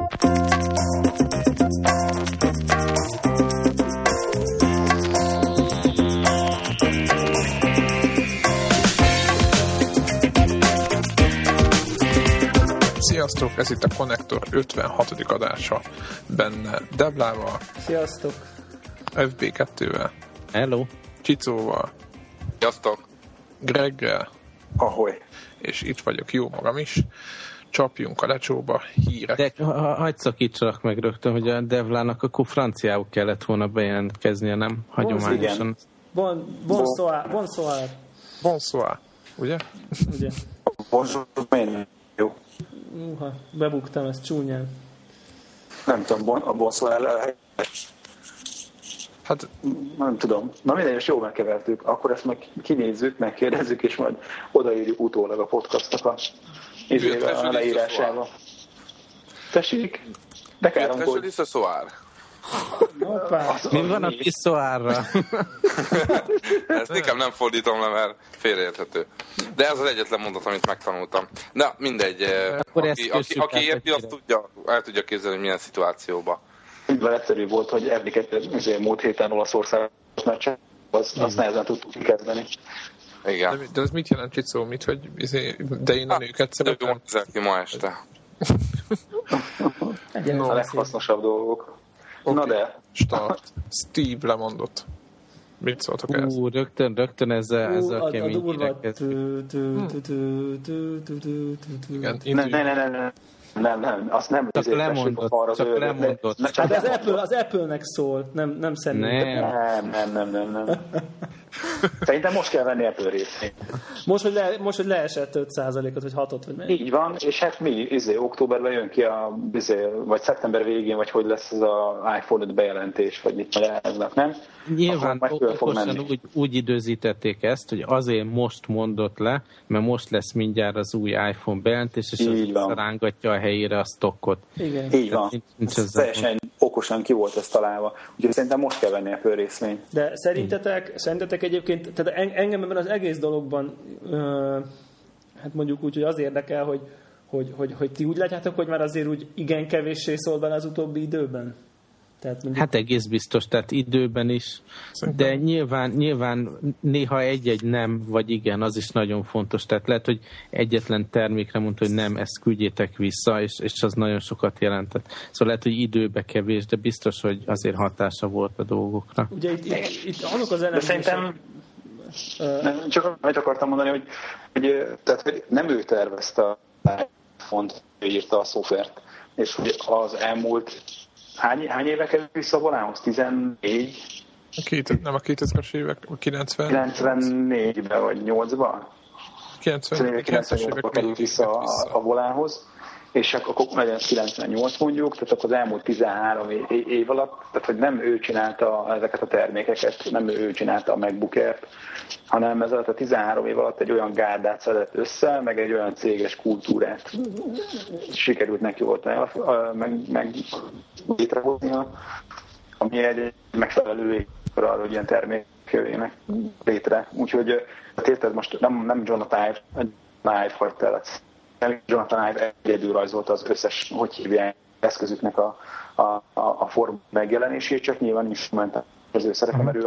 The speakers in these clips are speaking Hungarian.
Sziasztok, ez itt a Konnektor 56. adása, benne Deblával. Sziasztok. FB2-vel. Hello. Csicóval. Sziasztok. Greggel. Ahoy. És itt vagyok jó magam is. Csapjunk a lecsóba, hírek. De hagyd szakítsalak meg rögtön, hogy a Devlának akkor franciául kellett volna bejelentkeznie, nem? Hagyományosan. Bonsoir. Bonsoir, ugye? Ugye? Bonjour, jó. Bebuktam ezt csúnyán. Nem tudom, a bonsoir Hát nem tudom. Na mindegy, és jól megkevertük. Akkor ezt meg kinézzük, megkérdezzük, és majd odaírjuk utólag a podcastnak a leírásába. Tessék? De káromkodj. Mi van a piszoárra? Ezt inkább nem fordítom le, mert félreérthető. De ez az egyetlen mondat, amit megtanultam. Na, mindegy. Aki érti, azt el tudja képzelni, hogy milyen szituációban. Mivel egyszerű volt, hogy emlékeztetni múlt héten Olaszország meccsen, azt nehezen tudtuk kezdeni. Igen. De ez mit jelent, Csicó? De én a nőket szeretem? Ki ma este. No. A leghasznosabb dolgok. Okay. Na de. Start. Steve lemondott. Mit szóltok ehhez? Rögtön ezzel kemény híreket. Nem, azt nem. Csak lemondott. Hát az Apple-nek szól, nem szerintem. Nem. Szerintem most kell venni Apple részt. Most, hogy leesett 5%-ot, vagy 6-ot, vagy meg. Így van, és hát októberben jön ki vagy szeptember végén, vagy hogy lesz ez az iPhone 5 bejelentés, vagy mit magyaráznak, nem? Nyilván okosan úgy időzítették ezt, hogy azért most mondott le, mert most lesz mindjárt az új iPhone bejelentés, és az rángatja a helyére a stockot. Igen. Így van. Teljesen okosan ki volt ez találva. Úgyhogy szerintem most kell venni Apple részvényt. De szerintetek egyébként, tehát engem ebben az egész dologban, hát mondjuk úgy, hogy az érdekel, hogy ti úgy látjátok, hogy már azért úgy igen kevéssé szól bele az utóbbi időben? Tehát mondjuk... Hát egész biztos, tehát időben is. De nyilván néha egy-egy nem, vagy igen, az is nagyon fontos. Tehát lehet, hogy egyetlen termékre mondta, hogy nem, ezt küldjétek vissza, és az nagyon sokat jelentett. Szóval lehet, hogy időbe kevés, de biztos, hogy azért hatása volt a dolgokra. Ugye itt azok az elemzések... Szerintem csak amit akartam mondani, hogy nem ő tervezte a font, ő írta a szofert, és hogy az elmúlt hány éve került vissza volához? 14? Nem a 2000-es évek, a 94-ben vagy 8-ban? 90-es évek került vissza a volához, és akkor legyen 98 mondjuk, tehát akkor az elmúlt 13 év alatt, tehát hogy nem ő csinálta ezeket a termékeket, nem ő csinálta a MacBook Air-t, hanem ez alatt a 13 év alatt egy olyan gárdát szedett össze, meg egy olyan céges kultúrát sikerült neki volt meg létrehoznia, ami egy megfelelő arra, hogy ilyen termék jöjjenek létre. Úgyhogy érted, most nem Jonathan Ive hagyta el, Jonathan Ive egyedül rajzolta az összes, hogy hívják, eszközüknek a form megjelenését, csak nyilván instrumentál az ő szerepe, mert ő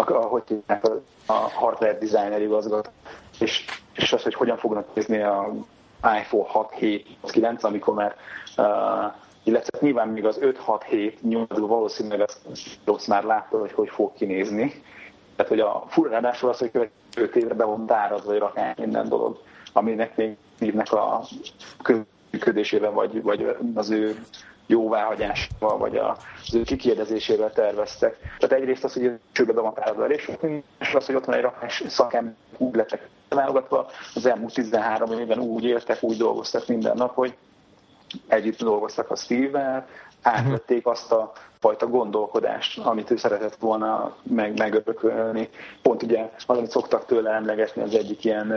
a hardware designer igazgató, és az, hogy hogyan fognak nézni a iPhone 6, 7, 9, amikor már illetve nyilván még az 5, 6, 7, 8 valószínűleg azt már látta, hogy fog kinézni. Tehát, hogy a ráadásul az, hogy következő 5 évre be van táraz, vagy rakán minden dolog, aminek még hívnek a működésével, vagy az ő jóváhagyásával, vagy az ő kikérdezésével terveztek. Tehát egyrészt az, hogy csőbe be van tárazva elég sok, és az, hogy ott van egy rakás szakember, úgy lettek válogatva, az elmúlt 13 évben úgy éltek, úgy dolgoztak minden nap, hogy együtt dolgoztak a Steve-vel, átvették azt a fajta gondolkodást, amit ő szeretett volna megörökölni. Pont ugye az, amit szoktak tőle emlegetni, az egyik ilyen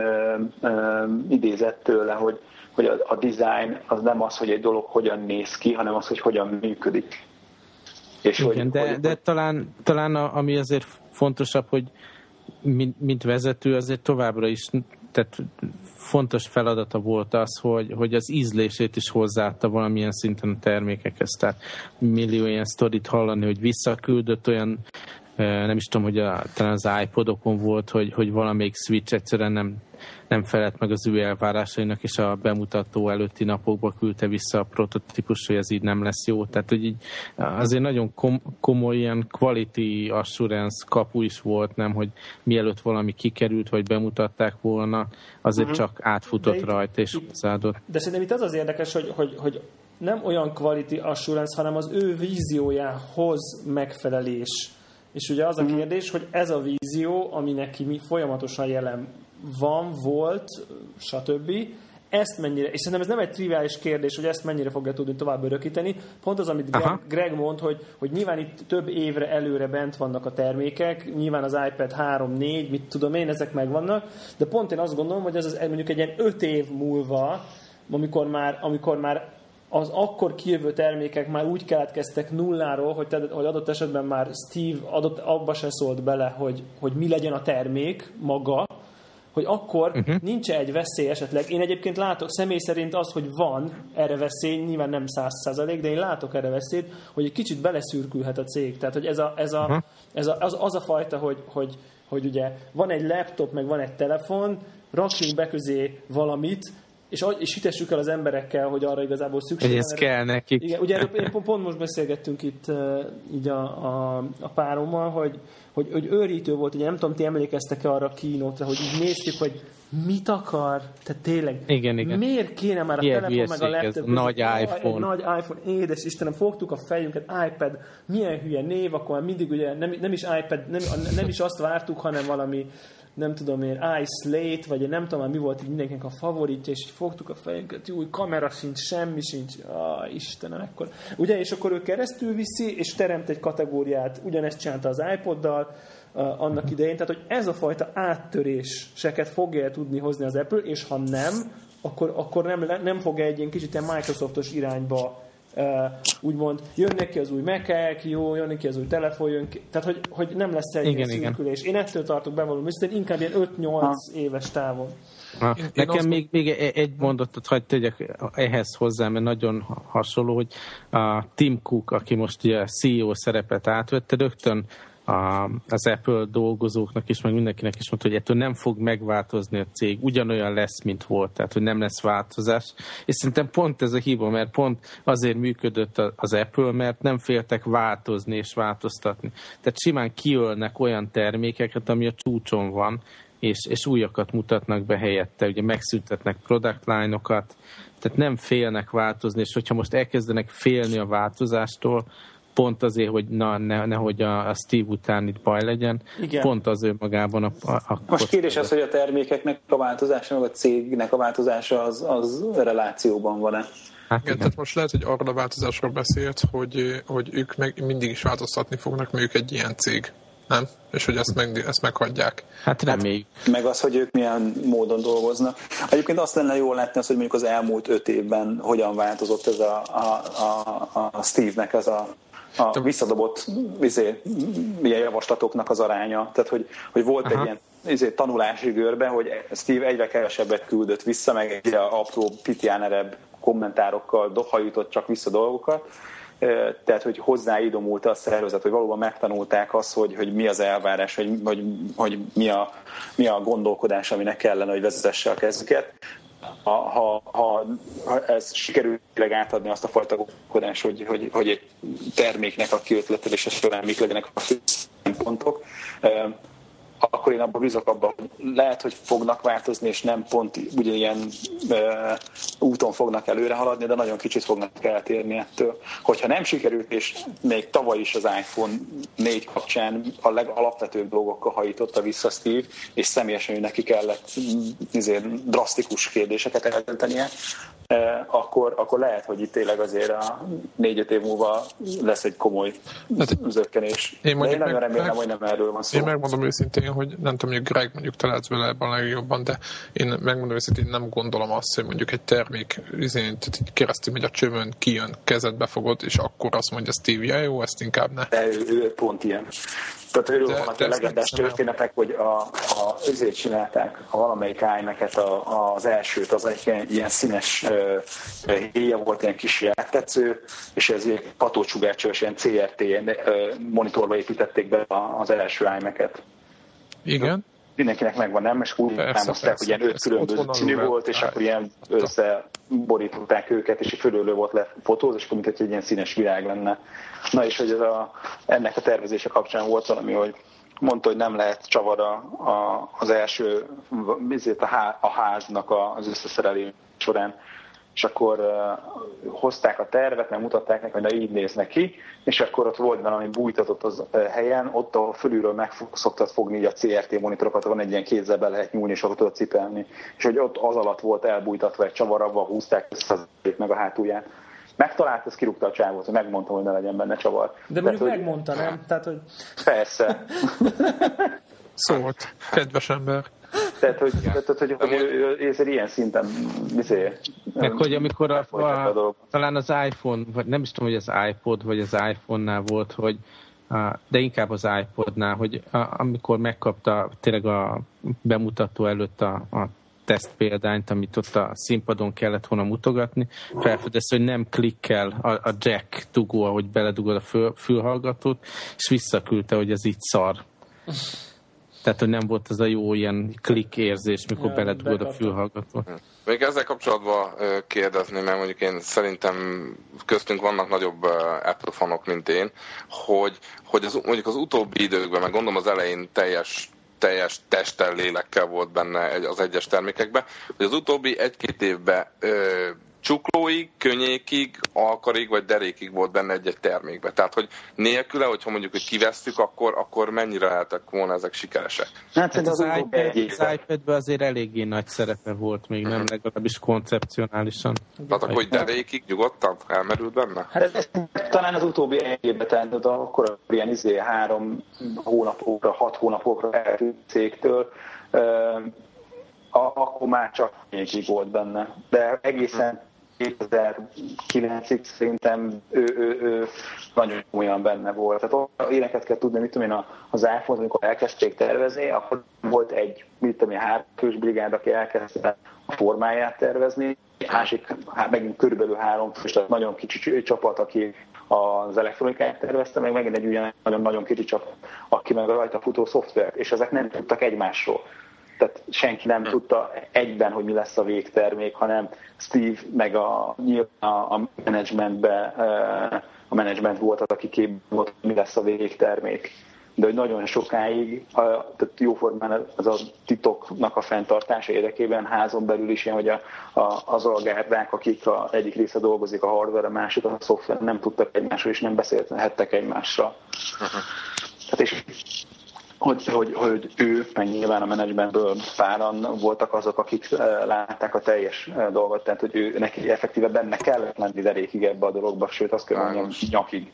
idézet tőle, hogy a design az nem az, hogy egy dolog hogyan néz ki, hanem az, hogy hogyan működik. És igen, de talán ami azért fontosabb, hogy mint vezető azért továbbra is, tehát fontos feladata volt az, hogy az ízlését is hozzáadta valamilyen szinten a termékekhez. Tehát millió ilyen sztorit hallani, hogy visszaküldött olyan, nem is tudom, hogy talán az iPodokon volt, hogy valamelyik Switch egyszerűen nem felelt meg az ő elvárásainak, és a bemutató előtti napokban küldte vissza a prototípus, hogy ez így nem lesz jó. Tehát, hogy így azért nagyon komoly ilyen quality assurance kapu is volt, nem, hogy mielőtt valami kikerült, vagy bemutatták volna, azért csak átfutott rajta, és hozzáadott. De szerintem itt az érdekes, hogy nem olyan quality assurance, hanem az ő víziójához megfelelés. És ugye az a kérdés, hogy ez a vízió, ami neki folyamatosan jelen van, volt, stb. Ezt mennyire, és szerintem ez nem egy triviális kérdés, hogy ezt mennyire fogja tudni tovább örökíteni. Pont az, amit Greg mond, hogy nyilván itt több évre előre bent vannak a termékek, nyilván az iPad 3-4, mit tudom én, ezek megvannak, de pont én azt gondolom, hogy ez mondjuk egy ilyen 5 év múlva, amikor már az akkor kijövő termékek már úgy keletkeztek nulláról, hogy adott esetben már Steve abba se szólt bele, hogy mi legyen a termék maga, hogy akkor nincs egy veszély esetleg. Én egyébként látok személy szerint az, hogy van erre veszély, nyilván nem 100%, de én látok erre veszélyt, hogy egy kicsit beleszürkülhet a cég. Tehát, hogy az a fajta, hogy ugye van egy laptop, meg van egy telefon, rakjunk be közé valamit, és hitessük el az emberekkel, hogy arra igazából szükség van. Ez kell nekik. Igen, ugye pont most beszélgettünk itt így a párommal, hogy őrítő volt, ugye nem tudom, ti emlékeztek-e arra a keynote-ra, hogy így néztük, hogy mit akar, tehát tényleg, igen. Miért kéne már a telefon meg a laptop? Nagy iPhone. Egy nagy iPhone, édes Istenem, fogtuk a fejünket, iPad, milyen hülye név, akkor mindig ugye nem is iPad, nem is azt vártuk, hanem valami, nem tudom én, iSlate, vagy nem tudom, mi volt így mindenkinek a favoritja, és így fogtuk a fejünket, új kamera sincs, semmi sincs, Istenem, ekkor. Ugye, és akkor ő keresztül viszi, és teremt egy kategóriát, ugyanezt csinálta az iPoddal, annak idején, tehát, hogy ez a fajta áttöréseket fogja tudni hozni az Apple, és ha nem, akkor nem fogja egy ilyen kicsit ilyen Microsoftos irányba úgymond jön neki az új Mac-ek, jó, jön neki az új telefon, jön ki, tehát hogy nem lesz egy ilyen szürkülés. Én ettől tartok bevallom, inkább ilyen 5-8 éves távon. Nekem még egy mondatot hadd tegyek ehhez hozzá, mert nagyon hasonló, hogy a Tim Cook, aki most ugye a CEO szerepet átvette, rögtön az Apple dolgozóknak is, meg mindenkinek is mondta, hogy ettől nem fog megváltozni a cég, ugyanolyan lesz, mint volt, tehát hogy nem lesz változás. És szerintem pont ez a hiba, mert pont azért működött az Apple, mert nem féltek változni és változtatni. Tehát simán kiölnek olyan termékeket, ami a csúcson van, és újakat mutatnak be helyette, ugye megszüntetnek product line-okat, tehát nem félnek változni, és hogyha most elkezdenek félni a változástól, pont azért, hogy nehogy a Steve után itt baj legyen. Igen. Pont az ő magában a most kérdés az, hogy a termékeknek a változása, meg a cégnek a változása az relációban van-e? Hát igen, tehát most lehet, hogy arról a változásról beszélt, hogy ők mindig is változtatni fognak, mert ők egy ilyen cég, nem? És hogy ezt meghagyják. Hát reméljük. Meg az, hogy ők milyen módon dolgoznak. Egyébként azt lenne jól látni, hogy mondjuk az elmúlt 5 évben hogyan változott ez a Steve-nek ez a visszadobott ilyen javaslatoknak az aránya. Tehát, hogy volt egy ilyen tanulási görbe, hogy Steve egyre kevesebbet küldött vissza, meg egyre apró, pitjánerebb kommentárokkal hajított csak vissza dolgokat. Tehát, hogy hozzáidomult a szervezet, hogy valóban megtanulták azt, hogy mi az elvárás, hogy mi a gondolkodás, aminek kellene, hogy vezesse a kezüket. Ha ez sikerül átadni azt a fajta gondolkodást, hogy egy terméknek a kiötletelése során mik legyenek a szempontok, akkor én abban bízok abban, hogy lehet, hogy fognak változni, és nem pont ugyanilyen úton fognak előre haladni, de nagyon kicsit fognak eltérni ettől. Hogyha nem sikerült, és még tavaly is az iPhone 4 kapcsán a legalapvetőbb dolgokkal hajította vissza Steve, és személyesen neki kellett drasztikus kérdéseket eldöntenie, akkor lehet, hogy itt tényleg azért a 4-5 év múlva lesz egy komoly zökkenés. Én nagyon remélem, hogy nem erről van szó. Én megmondom őszintén, hogy nem tudom, hogy Greg mondjuk te látsz vele ebben a legjobban, de én megmondom őszintén, nem gondolom azt, hogy mondjuk egy termék keresztül megy a csövön, kijön, kezedbe fogod, és akkor azt mondja Steve, jó, ezt inkább ne. De ő pont ilyen. Tehát őről van a legendás történetek, hogy azért csinálták a valamelyik iMac-et az elsőt, az egy ilyen színes héja volt, ilyen kis játtetsző, és ez ilyen katócsugárcsöves, ilyen CRT monitorba építették be az első iMac-et. Igen. Mindenkinek megvan, nem? És úgy támaszták, hogy ilyen 5 különböző színű volt, és akkor ilyen összeborították őket, és fölülről volt lefotóz, és akkor mint egy ilyen színes világ lenne. Na és hogy ennek a tervezése kapcsán volt valami, hogy mondta, hogy nem lehet csavar az első a háznak az összeszerelés során. És akkor hozták a tervet, meg mutatták neki, hogy na így néz neki, és akkor ott volt valami bújtatott az helyen, ott a fölülről meg szoktad fogni így a CRT monitorokat, van egy ilyen kézzel be lehet nyúlni, és akkor tudod cipelni. És hogy ott az alatt volt elbújtatva egy csavar, avval húzták össze meg a hátulját. Megtalált, ezt kirúgta a csávót, hogy megmondtam, hogy ne legyen benne csavar. De mondjuk megmondta, nem? Tehát, hogy... Persze. Szólt, kedves ember. Tehát, hogy ez ilyen szinten meg hogy amikor talán az iPhone, vagy nem is tudom, hogy az iPod, vagy az iPhone-nál volt, hogy de inkább az iPodnál, hogy amikor megkapta tényleg a bemutató előtt a teszt példányt, amit ott a színpadon kellett volna mutogatni, felfedezte, hogy nem klikkel a jack dugó, ahogy beledugod a fülhallgatót, és visszaküldte, hogy ez így szar. Tehát, hogy nem volt az a jó ilyen klik érzés, mikor beledugod a fülhallgatót. Még ezzel kapcsolatban kérdezni, mert mondjuk én szerintem köztünk vannak nagyobb Apple fanok, mint én, hogy mondjuk az utóbbi időkben, meg gondolom az elején teljes testtel, lélekkel volt benne az egyes termékekben, hogy az utóbbi 1-2 évben csuklóig, könnyékig, alkarig vagy derékig volt benne egy termékben. Tehát, hogy nélküle, hogyha mondjuk, hogy kivesszük, akkor mennyire lehetek volna ezek sikeresek? Hát az iPad-ben azért eléggé nagy szerepe volt még, nem legalábbis koncepcionálisan. Tehát akkor, hogy derékig nyugodtan elmerült benne? Hát talán az utóbbi egy évben, tehát akkor ilyen 3 hónapokra, 6 hónapokra eltűnt cégtől, akkor már csak könnyékig volt benne. De egészen 2009-ig szerintem ő nagyon olyan benne volt. Tehát ilyeneket kell tudni, mit tudom én, az iPhone-t, amikor elkezdték tervezni, akkor volt egy, mit tudom én, 3 fős brigád, aki elkezdte a formáját tervezni, másik, megint körülbelül 3 fős, tehát nagyon kicsi csapat, aki az elektronikát tervezte, meg megint egy ugyan nagyon-nagyon kicsi csapat, aki meg a rajta futó szoftvert, és ezek nem tudtak egymásról. Tehát senki nem tudta egyben, hogy mi lesz a végtermék, hanem Steve meg a menedzsment volt az, aki képben volt, hogy mi lesz a végtermék. De hogy nagyon sokáig, tehát jóformán az a titoknak a fenntartása érdekében házon belül is ilyen, hogy az algárdák, akik egyik része dolgozik a hardware, a másik a szoftver, nem tudtak egymásról, és nem beszélhettek egymással. Hát és hogy ő, meg nyilván a menedzsmentből páran voltak azok, akik látták a teljes dolgot, tehát hogy ő neki effektíve benne kellett lenni derékig ebbe a dologba, sőt azt kell mondjam, nyakig.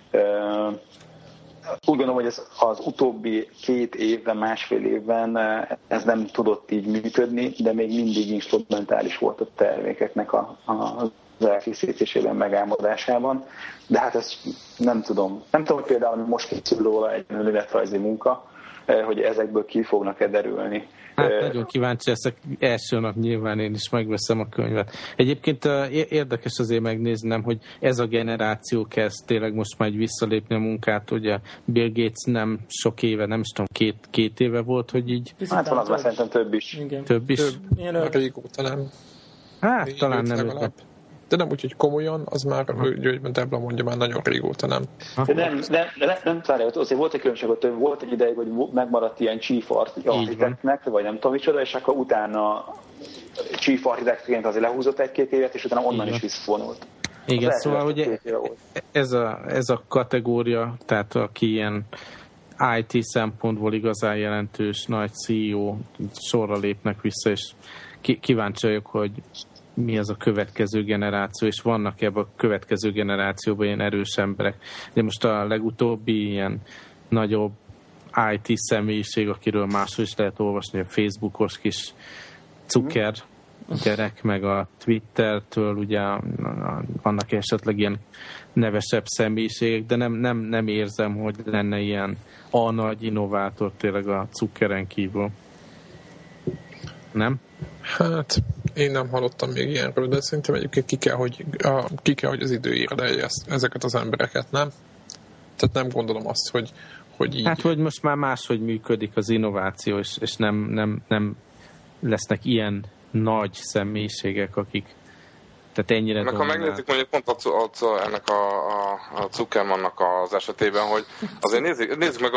Úgy gondolom, hogy ez az utóbbi 2 évben, 1,5 évben ez nem tudott így működni, de még mindig instrumentális volt a termékeknek az elkészítésében, megálmodásában. De hát ezt nem tudom. Nem tudom, hogy például most készül róla egy önéletrajzi munka, hogy ezekből ki fognak-e derülni. Hát nagyon kíváncsi leszek, első nap nyilván én is megveszem a könyvet. Egyébként érdekes azért megnéznem, hogy ez a generáció kezd tényleg most már visszalépni a munkát, ugye Bill Gates nem sok éve, nem is tudom, 2 éve volt, hogy így... Hát van az már szerintem több is. Igen. Több is? Régóta nem. Hát talán nem legalább. De nem úgy, hogy komolyan, az már, hogy Debla mondja, már nagyon régóta nem. De nem várja, azért volt egy különbség, hogy volt egy ideig, hogy megmaradt ilyen chief architektnek, vagy nem tudom micsoda, és akkor utána chief architektként azért lehúzott 1-2 évet, és utána onnan is visszavonult. Igen, szóval ugye ez a kategória, tehát aki ilyen IT szempontból igazán jelentős nagy CEO sorra lépnek vissza, és kíváncsi vagyok, hogy mi az a következő generáció, és vannak ebben a következő generációban ilyen erős emberek. De most a legutóbbi ilyen nagyobb IT személyiség, akiről máshol is lehet olvasni, a Facebookos kis Zucker gyerek, meg a Twittertől ugye vannak esetleg ilyen nevesebb személyiségek, de nem érzem, hogy lenne ilyen a nagy innovátor tényleg a Zuckeren kívül. Nem? Hát én nem hallottam még ilyenről, de szerintem egyébként ki kell, hogy az idő érdelje ezeket az embereket, nem? Tehát nem gondolom azt, hogy így... Hát, hogy most már máshogy működik az innováció, és nem lesznek ilyen nagy személyiségek, akik tehát ennyire meg ha megnézzük mondjuk pont ennek a Zuckermannak az esetében, hogy azért nézzük meg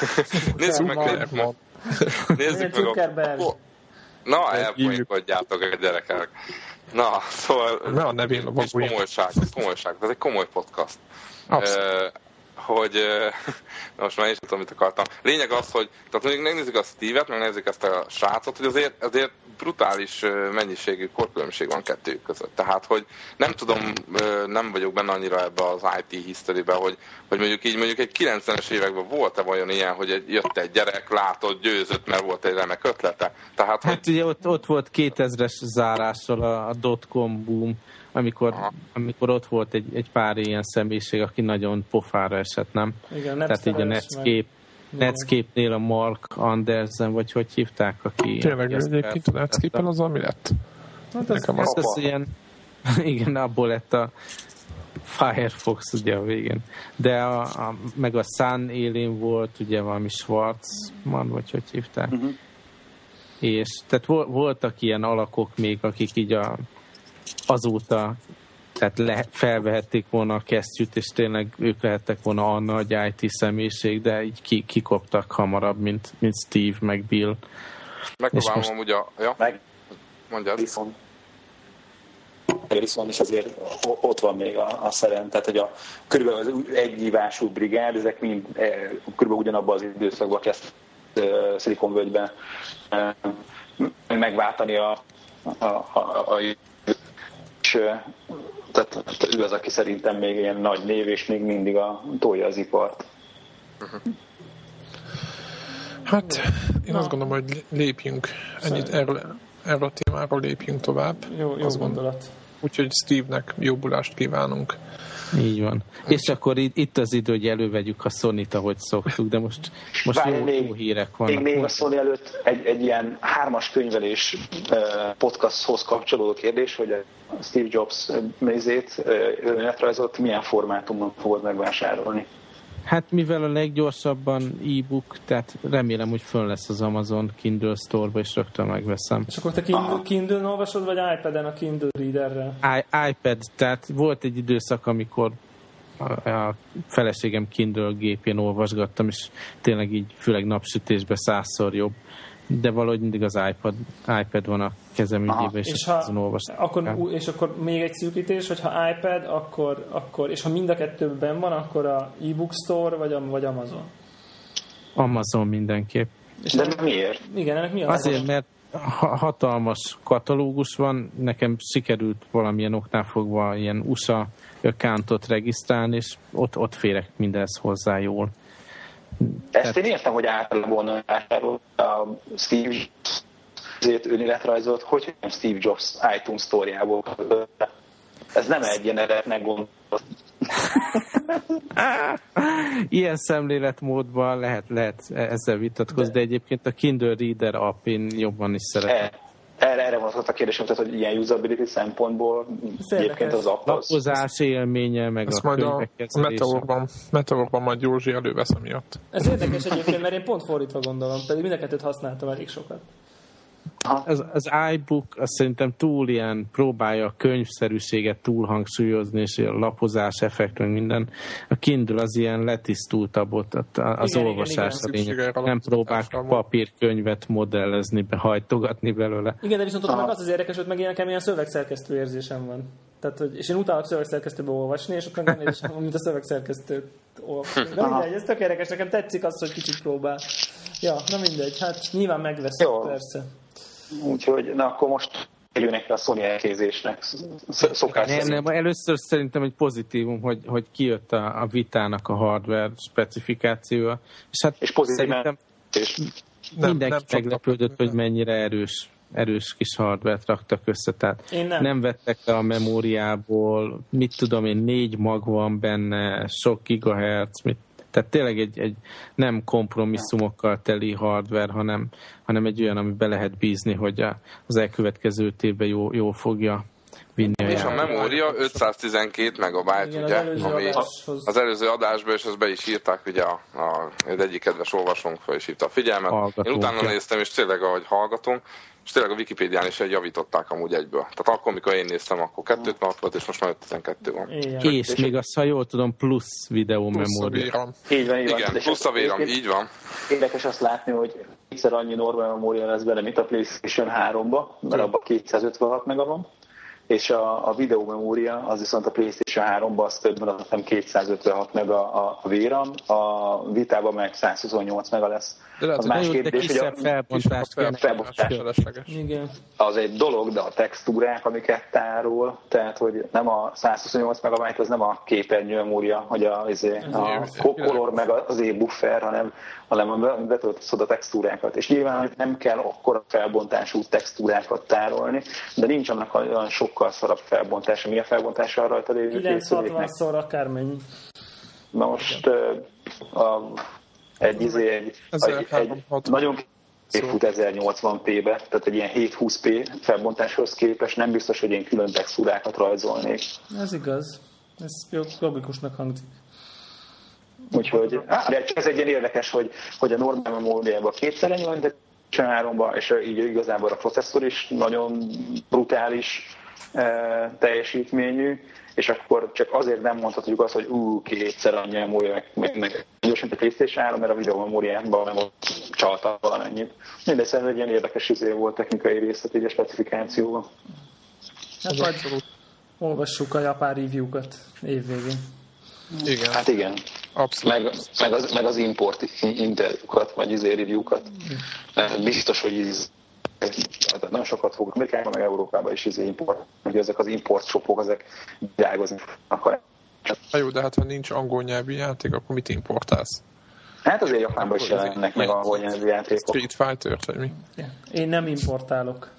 Na, elfolykodjátok a gyerekek. Na, szóval a nevén komolyság, ez egy komoly podcast. Hogy most már én sem tudom, mit akartam. Lényeg az, hogy tehát mondjuk megnézzük a Steve-et, megnézzük ezt a srácot, hogy azért brutális mennyiségű korkülönbség van kettőjük között. Tehát, hogy nem tudom, nem vagyok benne annyira ebbe az IT historybe, hogy mondjuk egy 90-es években volt-e vajon ilyen, hogy jött egy gyerek, látott, győzött, mert volt egy remek ötlete. Tehát, hát ugye ott volt 2000-es zárással a dotcom boom, amikor ott volt egy pár ilyen személyiség, aki nagyon pofára esett, nem? Igen, tehát így a Netscape-nél a Mark Andersen, vagy hogy hívták, aki... Tényleg, egyébként a Netscape-en az, ami lett? Hát ez ilyen... Igen, abból lett a Firefox ugye a végén. De meg a Sun élén volt, ugye valami Schwarzman, vagy hogy hívták. Uh-huh. És tehát voltak ilyen alakok még, akik így azóta tehát felvehették volna a kesztyűt, és tényleg ők lehettek volna a nagy IT személyiség, de így kikoptak hamarabb, mint Steve, meg Bill. Megpróbálom most... amúgy mondjad. Viszont is azért ott van még a szerem, tehát hogy körülbelül az egyívású brigád, ezek mind körülbelül ugyanabban az időszakban kezd Silicon Valley-ben megváltani és tehát ő az, aki szerintem még ilyen nagy név, és még mindig tolja az ipart. Hát én azt gondolom, hogy lépjünk ennyit erről a témáról, lépjünk tovább. Jó gondolat. Úgyhogy Steve-nek jobbulást kívánunk. Így van. És akkor itt az idő, hogy elővegyük a Sony-t, ahogy szoktuk, de most jó hírek vannak. Még a Sony előtt egy ilyen 3-as könyvelés podcasthoz kapcsolódó kérdés, hogy a Steve Jobs mézét, önéletrajzot milyen formátumban fogod megvásárolni? Hát mivel a leggyorsabban e-book, tehát remélem, hogy fönn lesz az Amazon Kindle Store-ba, és rögtön megveszem. És akkor te Kindle-n olvasod, vagy iPad-en a Kindle Readerrel? iPad, tehát volt egy időszak, amikor a feleségem Kindle gépén olvasgattam, és tényleg így főleg napsütésben 100-szor jobb. De valahogy mindig az iPad van a kezem ügyében, és azon olvastam. És akkor még egy szűkítés, hogyha iPad, akkor és ha mind a kettőben van, akkor a e-book store, vagy Amazon? Amazon mindenképp. És de miért? Igen, ennek mi az? Azért, mert hatalmas katalógus van, nekem sikerült valamilyen oknál fogva ilyen USA accountot regisztrálni, és ott férek mindenhez hozzá jól. Ezt én értem, hogy általában a Steve Jobs önéletrajzolt, hogy nem Steve Jobs iTunes sztoriából. Ez nem egy ilyen eredetnek gondolat. Ilyen szemléletmódban lehet ezzel vitatkozni, de egyébként a Kindle Reader app én jobban is szeretem. Erre vonatkozott a kérdésem, tehát hogy ilyen usability szempontból egyébként az app az... Lapozás élménye, meg ezt a könyvek kezelése. Meteorban majd Józsi elővesz emiatt. Ez érdekes egyébként, mert én pont fordítva gondolom, pedig mind a kettőt használtam elég sokat. Az iBook azt szerintem túl ilyen próbálja a könyvszerűséget túl hangsúlyozni, és a lapozás effekt, meg minden. A Kindle az ilyen letisztultabb ott az olvasásra lényeg. Nem próbál papírkönyvet modellezni, behajtogatni belőle. Igen, de viszont ott meg az az érdekes, hogy meg nekem ilyen szövegszerkesztő érzésem van. Tehát, hogy, és én utálok szövegszerkesztőbe olvasni, és ott meg van érzésem, mint a szövegszerkesztőt olvasni. De mindegy, ez tök érdekes, nekem tetszik az, hogy kicsit próbál. Ja, na mindegy, hát nyilván megveszem, persze. Úgyhogy, na akkor most a Sony elkézésnek szokás. Nem, először szerintem egy pozitívum, hogy kijött a Vitának a hardware specifikációja, és hát és szerintem mindenki meglepődött, hogy mennyire erős kis hardware-t raktak össze, tehát nem vettek le a memóriából, mit tudom én, 4 mag van benne, sok gigahertz, tehát tényleg egy nem kompromisszumokkal teli hardware, hanem egy olyan, amibe lehet bízni, hogy az elkövetkező évben jól fogja vinni a és a memória 512 megabyte, ugye, ami az előző adásban, és ezt be is írták, ugye az egyik kedves olvasónk fel is írta a figyelmet. Én utána néztem, és tényleg, ahogy hallgatunk, és tényleg a Wikipédián is javították amúgy egyből. Tehát akkor, amikor én néztem, akkor 256 volt, és most már 512 van. És még azt, ha jól tudom, plusz videó memória. Így van. Igen, plusz a VRAM, így van. Érdekes azt látni, hogy egyszer annyi normál memória lesz benne, mint a PlayStation 3-ba, mert abban 256 mega van. És a videómemória, az viszont a PlayStation 3-ban az több, mert azt hiszem 256 mega a VRAM, a Vitában meg 128 mega lesz. De az más kérdés, hogy a felbontás. Az egy dolog, de a textúrák, amiket tárol, tehát hogy nem a 128 megabyte, az nem a képernyőmemória, hogy a color meg az buffer, hanem betöltesz oda textúrákat. És nyilván, hogy nem kell akkora felbontású textúrákat tárolni, de nincs annak olyan sokkal szarabb felbontása. Mi a felbontása rajta lévő 960-szor akármennyi. Na most egy nagyon fut 1080p-be, tehát egy ilyen 720p felbontáshoz képest nem biztos, hogy én külön textúrákat rajzolnék. Ez igaz. Ez logikusnak hangzik. Úgyhogy, de ez egy ilyen érdekes, hogy a normál memóriában kétszer ennyi van, de 3-ba, és így igazából a processzor is nagyon brutális teljesítményű, és akkor csak azért nem mondhatjuk azt, hogy kétszer annyi memória, meg gyorsan a PlayStation 3, mert a videómemóriában nem csalta valamennyit. Mindegy, szerintem egy ilyen érdekes volt technikai részlet így a specifikációban. Hát majd olvassuk a japán review-kat évvégén. Igen. Hát igen. Abszolút. Meg az import interjúkat, vagy review-kat. Biztos, hogy nagyon sokat fogok Amerikában, meg Európában is import, hogy ezek az import shopok, ezek virágozni akarják. Jó, de hát ha nincs angol nyelvű játék, akkor mit importálsz? Hát azért Japánban is jelennek meg angol nyelvű játékok. Street Fighter, vagy mi? Én nem importálok.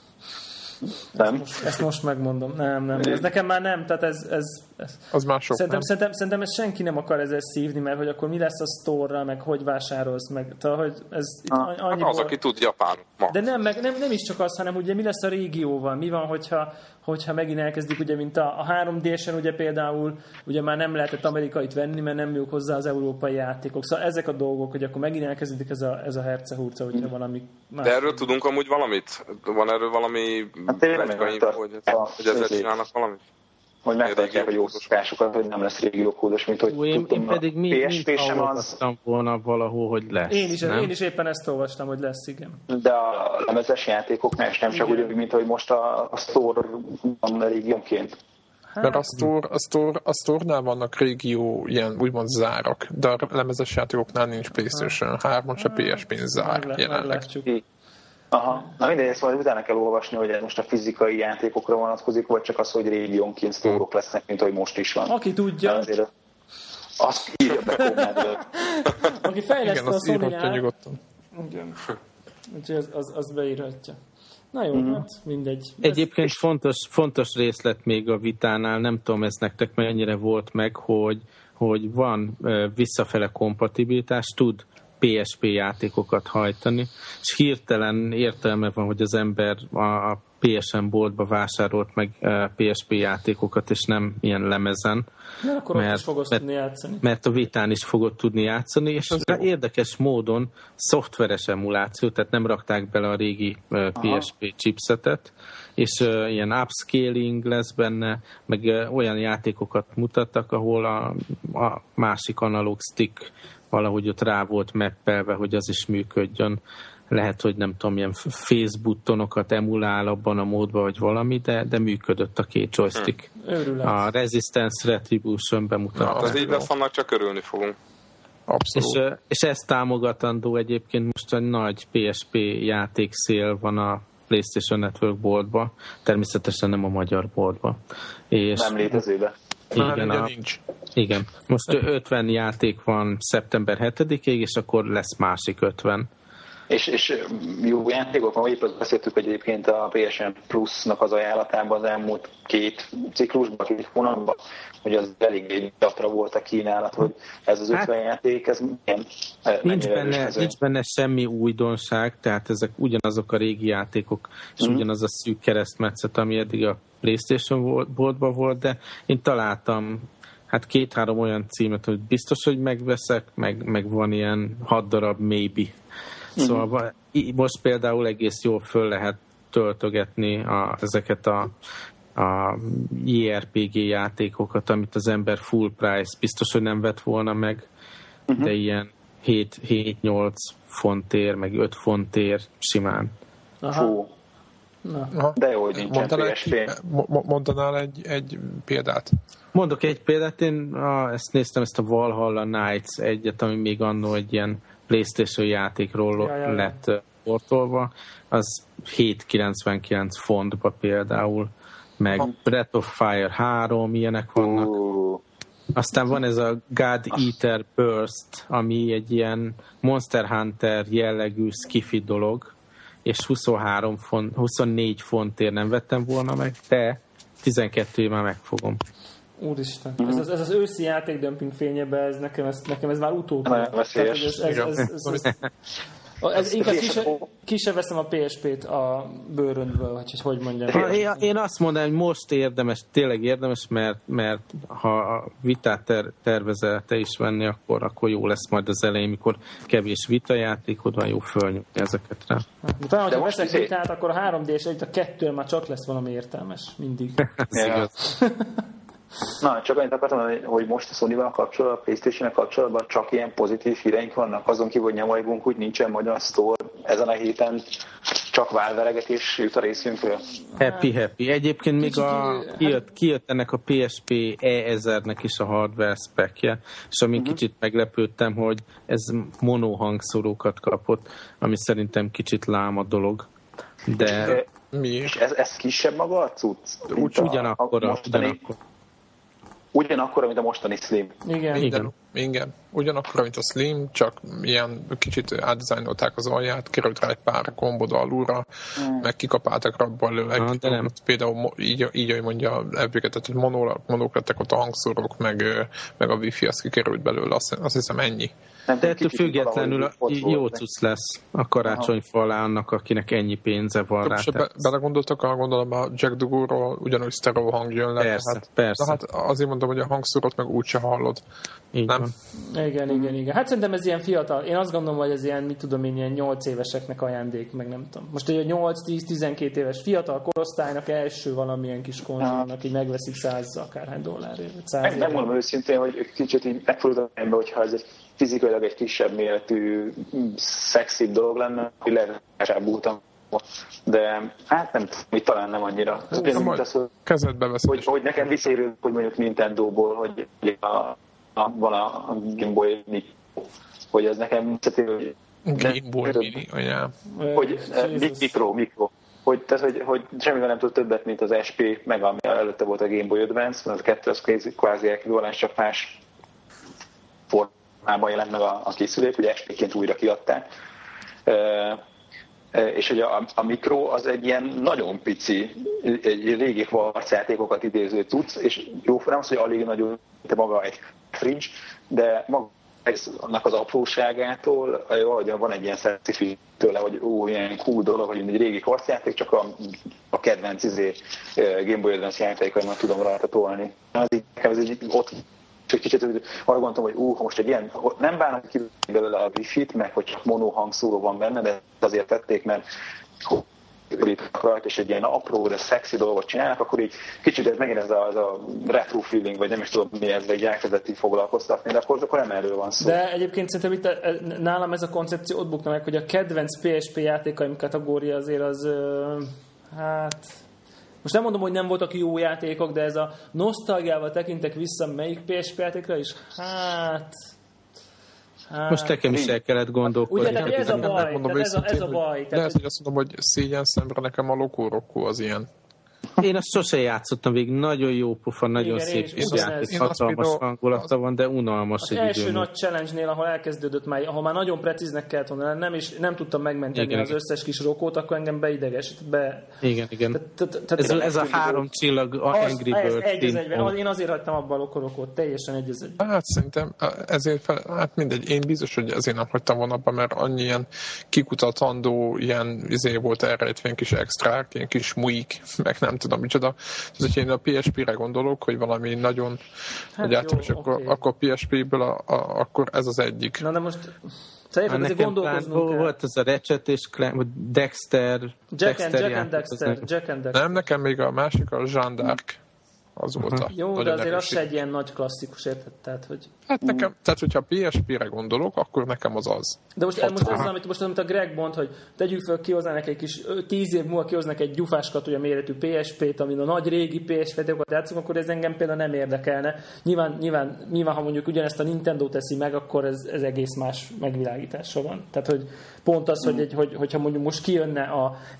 Nem? Ezt most megmondom. Nem. Ez nekem már nem, tehát ez az már sok, szerintem ezt senki nem akar ezzel szívni, mert hogy akkor mi lesz a store-ra, meg hogy vásárolsz, meg tehát, hogy ez annyiból... Az, aki tud japán ma. De nem is csak az, hanem ugye mi lesz a régióval, mi van, hogyha megint elkezdik, ugye, mint a 3D-sen ugye például, ugye már nem lehetett amerikait venni, mert nem jók hozzá az európai játékok. Szóval ezek a dolgok, hogy akkor megint elkezdik ez a hercehurca, hogyha valami más. De erről tudunk amúgy valamit? Van erről valami hogy ezzel csinálnak valamit? Hogy megtartják a jó szokásokat, hogy nem lesz régiókódos, mint hogy én pedig mind hallgattam volna valahol, hogy lesz. Én is éppen ezt olvastam, hogy lesz, igen. De a lemezes játékoknál is nem csak úgy, mint hogy most a Store van régiónként. Mert a Store-nál vannak régió ilyen úgymond zárak, de a lemezes játékoknál nincs PlayStation 3-on, se PSP-n zár jelenleg. Aha. Na mindegy, ezt majd utána kell olvasni, hogy ez most a fizikai játékokra vonatkozik, vagy csak az, hogy régiónként sztórok lesznek, mint hogy most is van. Aki tudja. Azért azt írja be kommentből. Aki fejleszte a Sony-nál. Nyugodtan. Igen. Úgyhogy az beírhatja. Na jó, hát mindegy. Egyébként fontos részlet még a Vitánál, nem tudom, ez nektek mennyire volt meg, hogy van visszafele kompatibilitás, tud PSP játékokat hajtani, és hirtelen értelme van, hogy az ember a PSN boltba vásárolt meg PSP játékokat, és nem ilyen lemezen. Mert a Vitán is fogod tudni játszani, és érdekes módon szoftveres emuláció, tehát nem rakták bele a régi PSP chipsetet, és ilyen upscaling lesz benne, meg olyan játékokat mutattak, ahol a másik analóg stick valahogy ott rá volt mappelve, hogy az is működjön. Lehet, hogy nem tudom, ilyen face-buttonokat emulál abban a módban, vagy valami, de működött a két joystick. A Resistance Retribution bemutatta. Az így lesz, annak csak örülni fogunk. Abszolút. És ez támogatandó egyébként most egy nagy PSP játékszél van a PlayStation Network boltba, természetesen nem a magyar boltba. És nem létezőbe. Igen. Most 50 játék van szeptember 7-ig, és akkor lesz másik 50. És jó játékok van, épp beszéltük, hogy egyébként a PSN Plus-nak az ajánlatában az elmúlt 2 ciklusban, 2 hónapban, hogy az elég gyakra volt a kínálat, hogy ez az 50 játék, ez milyen? Nincs benne semmi újdonság, tehát ezek ugyanazok a régi játékok, és ugyanaz a szűk keresztmetszet, ami eddig a PlayStation boltban volt, de én találtam 2-3 olyan címet, hogy biztos, hogy megveszek, meg van ilyen 6 darab maybe. Szóval most például egész jól föl lehet töltögetni ezeket a JRPG játékokat, amit az ember full price biztos, hogy nem vett volna meg, de ilyen 7-8 fontért, meg 5 fontért simán. Fú. De jó, hogy nincsen PSP. Mondanál egy példát? Mondok egy példát, én ezt néztem, ezt a Valhalla Knights egyet, ami még annó egy ilyen PlayStation játékról lett portolva, az 7,99 fontba például, meg Breath of Fire 3, ilyenek vannak. Aztán van ez a God Eater Burst, ami egy ilyen Monster Hunter jellegű skifi dolog, és 24 fontért nem vettem volna meg, de 12 már megfogom. Úristen, ez az őszi játékdömping fényében, ez nekem ez már utóbbi. Ez inkább ki sem veszem a PSP-t a bőröndből, hogy mondjam. Én azt mondanám, hogy most érdemes, tényleg érdemes, mert ha a vitát tervezel te is venni, akkor jó lesz majd az elején, mikor kevés vitajátékod van, jó fölnyújtni ezeket rá. De talán, ha veszek vitát, akkor a 3D-s együtt a 2 már csak lesz valami értelmes, mindig. Na, csak annyit akartam, hogy most a Sony-val kapcsolatban, a PlayStation-nel kapcsolatban csak ilyen pozitív híreink vannak, azon kívül, hogy nyomorgunk, úgy nincsen magyar store ezen a héten, csak válveregetés jut a részünkről. Happy. Egyébként még kijött ennek a PSP E1000-nek is a hardware spec-je, és amin kicsit meglepődtem, hogy ez mono hangszórókat kapott, ami szerintem kicsit láma dolog. De... És ez kisebb maga a cucc? Ugyanakkor, mint a mostani Slim. Igen. Ugyanakkor, mint a Slim, csak ilyen kicsit átdizájnolták az alját, került rá egy pár gombod alulra, meg kikapáltak rabban előle. Például így, ahogy mondja ebbéket, tehát monók lettek ott a hangszórók, meg a wifi, az kikerült belőle, azt hiszem ennyi. De ettől függetlenül jó cucc lesz a karácsonyfa alá annak, akinek ennyi pénze van rá. Belegondoltak gondolom a Jack Dugóról, ugyanúgy sztereó hang jön le. Persze. De hát azért mondom, hogy a hangszórót meg úgyse hallod. Nem? Igen. Hát szerintem ez ilyen fiatal. Én azt gondolom, hogy ez ilyen, mit tudom én, ilyen 8 éveseknek ajándék, meg nem tudom. Most egy 8-10-12 éves fiatal korosztálynak első valamilyen kis konzolnak így megveszik 100 akárhány dollárért. Nem mondom őszintén, hogy kicsit így megfordultam ember, hogyha ez egy fizikailag egy kisebb méretű, szexibb dolog lenne, hogy lehesábbultam. De hát nem tudom, talán nem annyira. Kezedbe veszed. Hogy nekem visszaérő, hogy mondjuk Nintendo-ból, hogy van a Game Boy Mini, hogy ez nekem visszatérő, hogy Game Boy Mini, anyám. Hogy mikro. Hogy semmivel nem tud többet, mint az SP, meg ami előtte volt a Game Boy Advance, mert a kettő az kvázi ekvivalens, csak más formában jelent meg a készülék, ugye SP-ként újra kiadták. És hogy a mikro az egy ilyen nagyon pici, egy régi kvarcjátékokat idéző cucc, és jó, nem az, hogy alig nagyon, de maga egy fridge, de maga annak az apróságától, hogy van egy ilyen szexi tőle, hogy ilyen cool dolog, hogy egy régi kvarcjáték, csak a kedvenc Game Boy Advance játékaimat tudom rajta tolni. Ez így ott csak kicsit arra gondoltam, hogy ha most egy ilyen, nem bánom ki belőle a wifi-t, meg hogy csak mono hangszóró van benne, de azért tették, mert rajta, és egy ilyen apró, de szexi dolgot csinálnak, akkor így kicsit ez megint ez a retro feeling, vagy nem is tudom mi ez, vagy elkezdett így foglalkoztatni, de akkor nem erről van szó. De egyébként szerintem itt nálam ez a koncepció ott bukna meg, hogy a kedvenc PSP játékaim kategória azért az hát... Most nem mondom, hogy nem voltak jó játékok, de ez a Most nekem is el kellett gondolkodni. Ugye, tehát ez a baj. Ez a baj. Lehet, hogy azt mondom, hogy szégyen szemre nekem a Lokó az ilyen. Én azt sose játszottam végig, nagyon jó pofa, nagyon igen, szép játék, hatalmas például hangulata van, de unalmas az egy első időn. nagy challenge-nél, ahol elkezdődött már, ahol már nagyon precíznek kellett volna lennem, és nem tudtam megmenteni igen, az összes kis rokót, akkor engem beidegesített. Igen. Ez a 3 csillag Angry Birds. Én azért hagytam abba a Lokorokót, teljesen egy az egy. Hát szerintem ezért hát mindegy, én biztos, hogy ezért nem hagytam volna abba, mert annyi ilyen kikutatandó, ilyen volt elrejtve, ilyen kis extrák, ilyen kis muik, meg nem tudom micsoda. Tehát, hogyha én a PSP-re gondolok, hogy valami nagyon nagy játék, és akkor PSP-ből akkor ez az egyik. Na de most szerintem azért gondolkoznunk kell. Volt ez a Ratchet és Dexter. Jack and Dexter. Nem, nekem még a másik a Jeanne d'Arc. Az volt a jó, de azért az se egy ilyen nagy klasszikus, érted? Tehát, hogy... Hát nekem, tehát hogyha PSP-re gondolok, akkor nekem az. De most ez, amit a Greg mond, hogy tegyük fel, kihoznának egy kis 10 év múlva kihoznak egy gyufáskatúja méretű PSP-t, amin a nagy régi PSP-t játszunk, akkor ez engem például nem érdekelne. Nyilván, ha mondjuk ugyanezt a Nintendo teszi meg, akkor ez egész más megvilágítása van. Tehát, hogy pont az, hogyha mondjuk most kijönne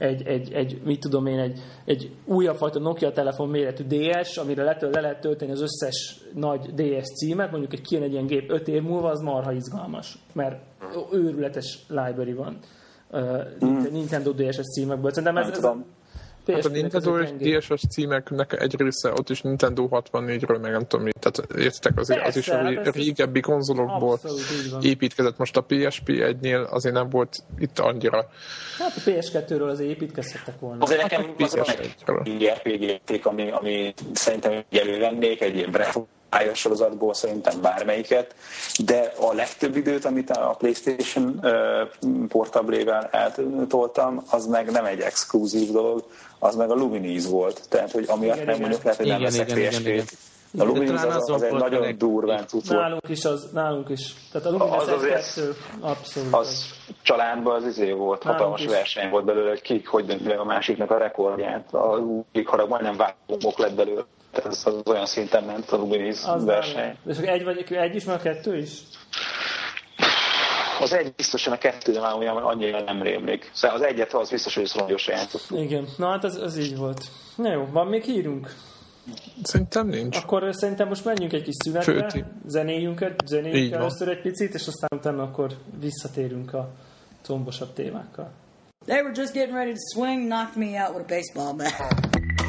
egy újabb fajta Nokia telefon méretű DS, amire le lehet tölteni az összes nagy DS címet, mondjuk kijön egy ilyen gép 5 év múlva, az marha izgalmas, mert őrületes library van Nintendo DS-es címekből. Szerintem ez Hát a Nintendo DS-es címeknek egy része, ott is Nintendo 64-ről, meg nem tudom mi, tehát értitek, azért az is a régebbi konzolokból építkezett. Most a PSP1-nél azért nem volt itt annyira. Hát a PS2-ről azért építkezhettek volna. Azért nekem az egy RPG játék, ami szerintem elővennék, egy ilyen Breath of the Wild sorozatból szerintem bármelyiket, de a legtöbb időt, amit a PlayStation portablével eltoltam, az meg nem egy exkluzív dolog, az meg a Lumines volt. Tehát, hogy amiatt meg mondjuk lehet, hogy nem veszek PSP-t. A Lumines az egy nagyon durván cucc. Nálunk is. Tehát a Lumines az abszolút. Az családban az volt, hatalmas verseny volt belőle, hogy ki, hogy dönti meg a másiknak a rekordját. A harag majdnem vágómok lett belőle. Tehát az olyan szinten ment a Lumines verseny. És egy is, meg a 2 is? Az egy biztosan, a 2, de már annyira nem rémlik. Szóval az egyet az biztos, hogy szorongyosan játszottuk. Igen, na hát az így volt. Na jó, van még hírünk? Szerintem nincs. Akkor szerintem most menjünk egy kis szünetre, zenéljünk először egy picit, és aztán utána akkor visszatérünk a combosabb témákkal. They were just getting ready to swing, knocked me out with a baseball bat.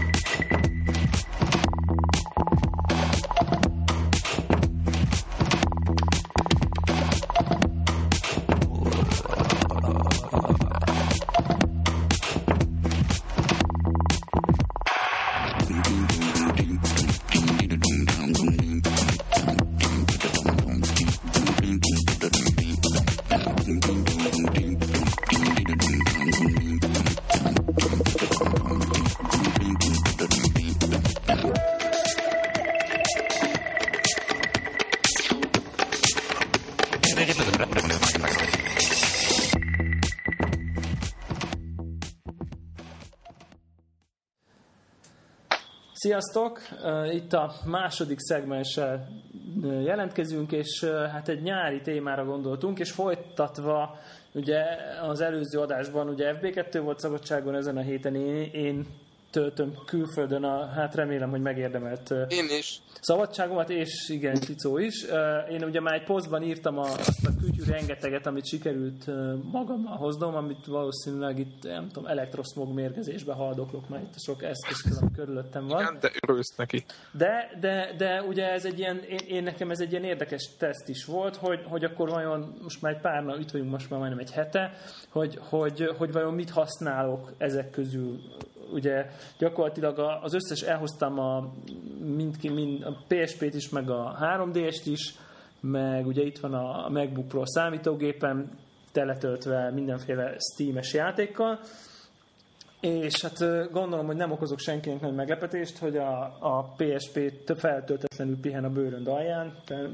Sziasztok! Itt a második szegmenssel jelentkezünk, és hát egy nyári témára gondoltunk, és folytatva ugye az előző adásban ugye FB2 volt szabadságon, ezen a héten én töltöm külföldön hát remélem, hogy megérdemelt én is szabadságomat, és igen, Csicó is. Én ugye már egy posztban írtam azt a kütyű rengeteget, amit sikerült magammal hoznom, amit valószínűleg itt, nem tudom, elektroszmog mérgezésbe haldoklok, már itt sok eszköz, ami körülöttem van. Igen, de örülsz neki. De ugye ez egy ilyen, nekem ez egy ilyen érdekes teszt is volt, hogy akkor vajon, most már egy pár nap, itt vagyunk most már majdnem egy hete, hogy vajon mit használok ezek közül. Ugye gyakorlatilag az összes, elhoztam a PSP-t is, meg a 3DS-t is, meg ugye itt van a MacBook Pro számítógépen, teletöltve mindenféle Steam-es játékkal, és hát gondolom, hogy nem okozok senkinek nagy meglepetést, hogy a PSP feltöltetlenül pihen a bőrönd alján,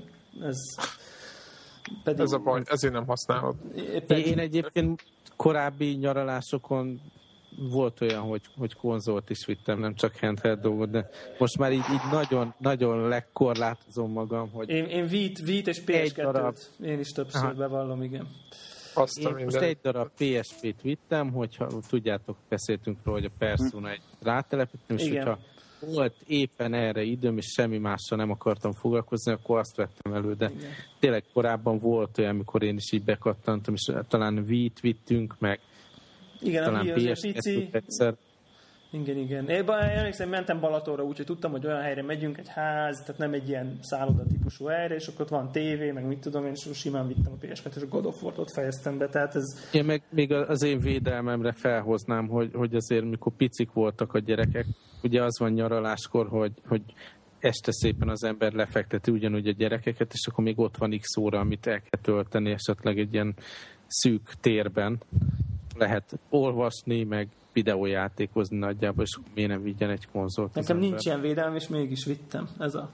ez a baj, ezért nem használod. Én egyébként korábbi nyaralásokon volt olyan, hogy konzolt is vittem, nem csak handheld dolgot, de most már így nagyon, nagyon lekorlátozom magam, hogy... Én Vít és PS2-t én is többször bevallom, igen. Én most egy darab PSP-t vittem, hogyha tudjátok, beszéltünk róla, hogy a Persona egy rátelepítem, és hogyha volt éppen erre időm, és semmi mással nem akartam foglalkozni, akkor azt vettem elő, de tényleg korábban volt olyan, amikor én is így bekattantam, és talán Wii-t vittünk, meg talán PS2 egyszer. Igen. Én emlékszem, mentem Balatonra, úgyhogy tudtam, hogy olyan helyre megyünk, egy ház, tehát nem egy ilyen szálloda típusú helyre, és akkor ott van tévé, meg mit tudom én, és simán vittem a PS2-t, és a God of War-t ott fejeztem be, tehát ez... Én meg még az én védelmemre felhoznám, hogy azért, mikor picik voltak a gyerekek, ugye az van nyaraláskor, hogy este szépen az ember lefekteti ugyanúgy a gyerekeket, és akkor még ott van X óra, amit el kell tölteni, esetleg egy ilyen szűk térben lehet olvasni, meg videójátékozni nagyjából, és miért nem vigyen egy konzolt. Nekem nincs ilyen védelem, és mégis vittem. Ez a...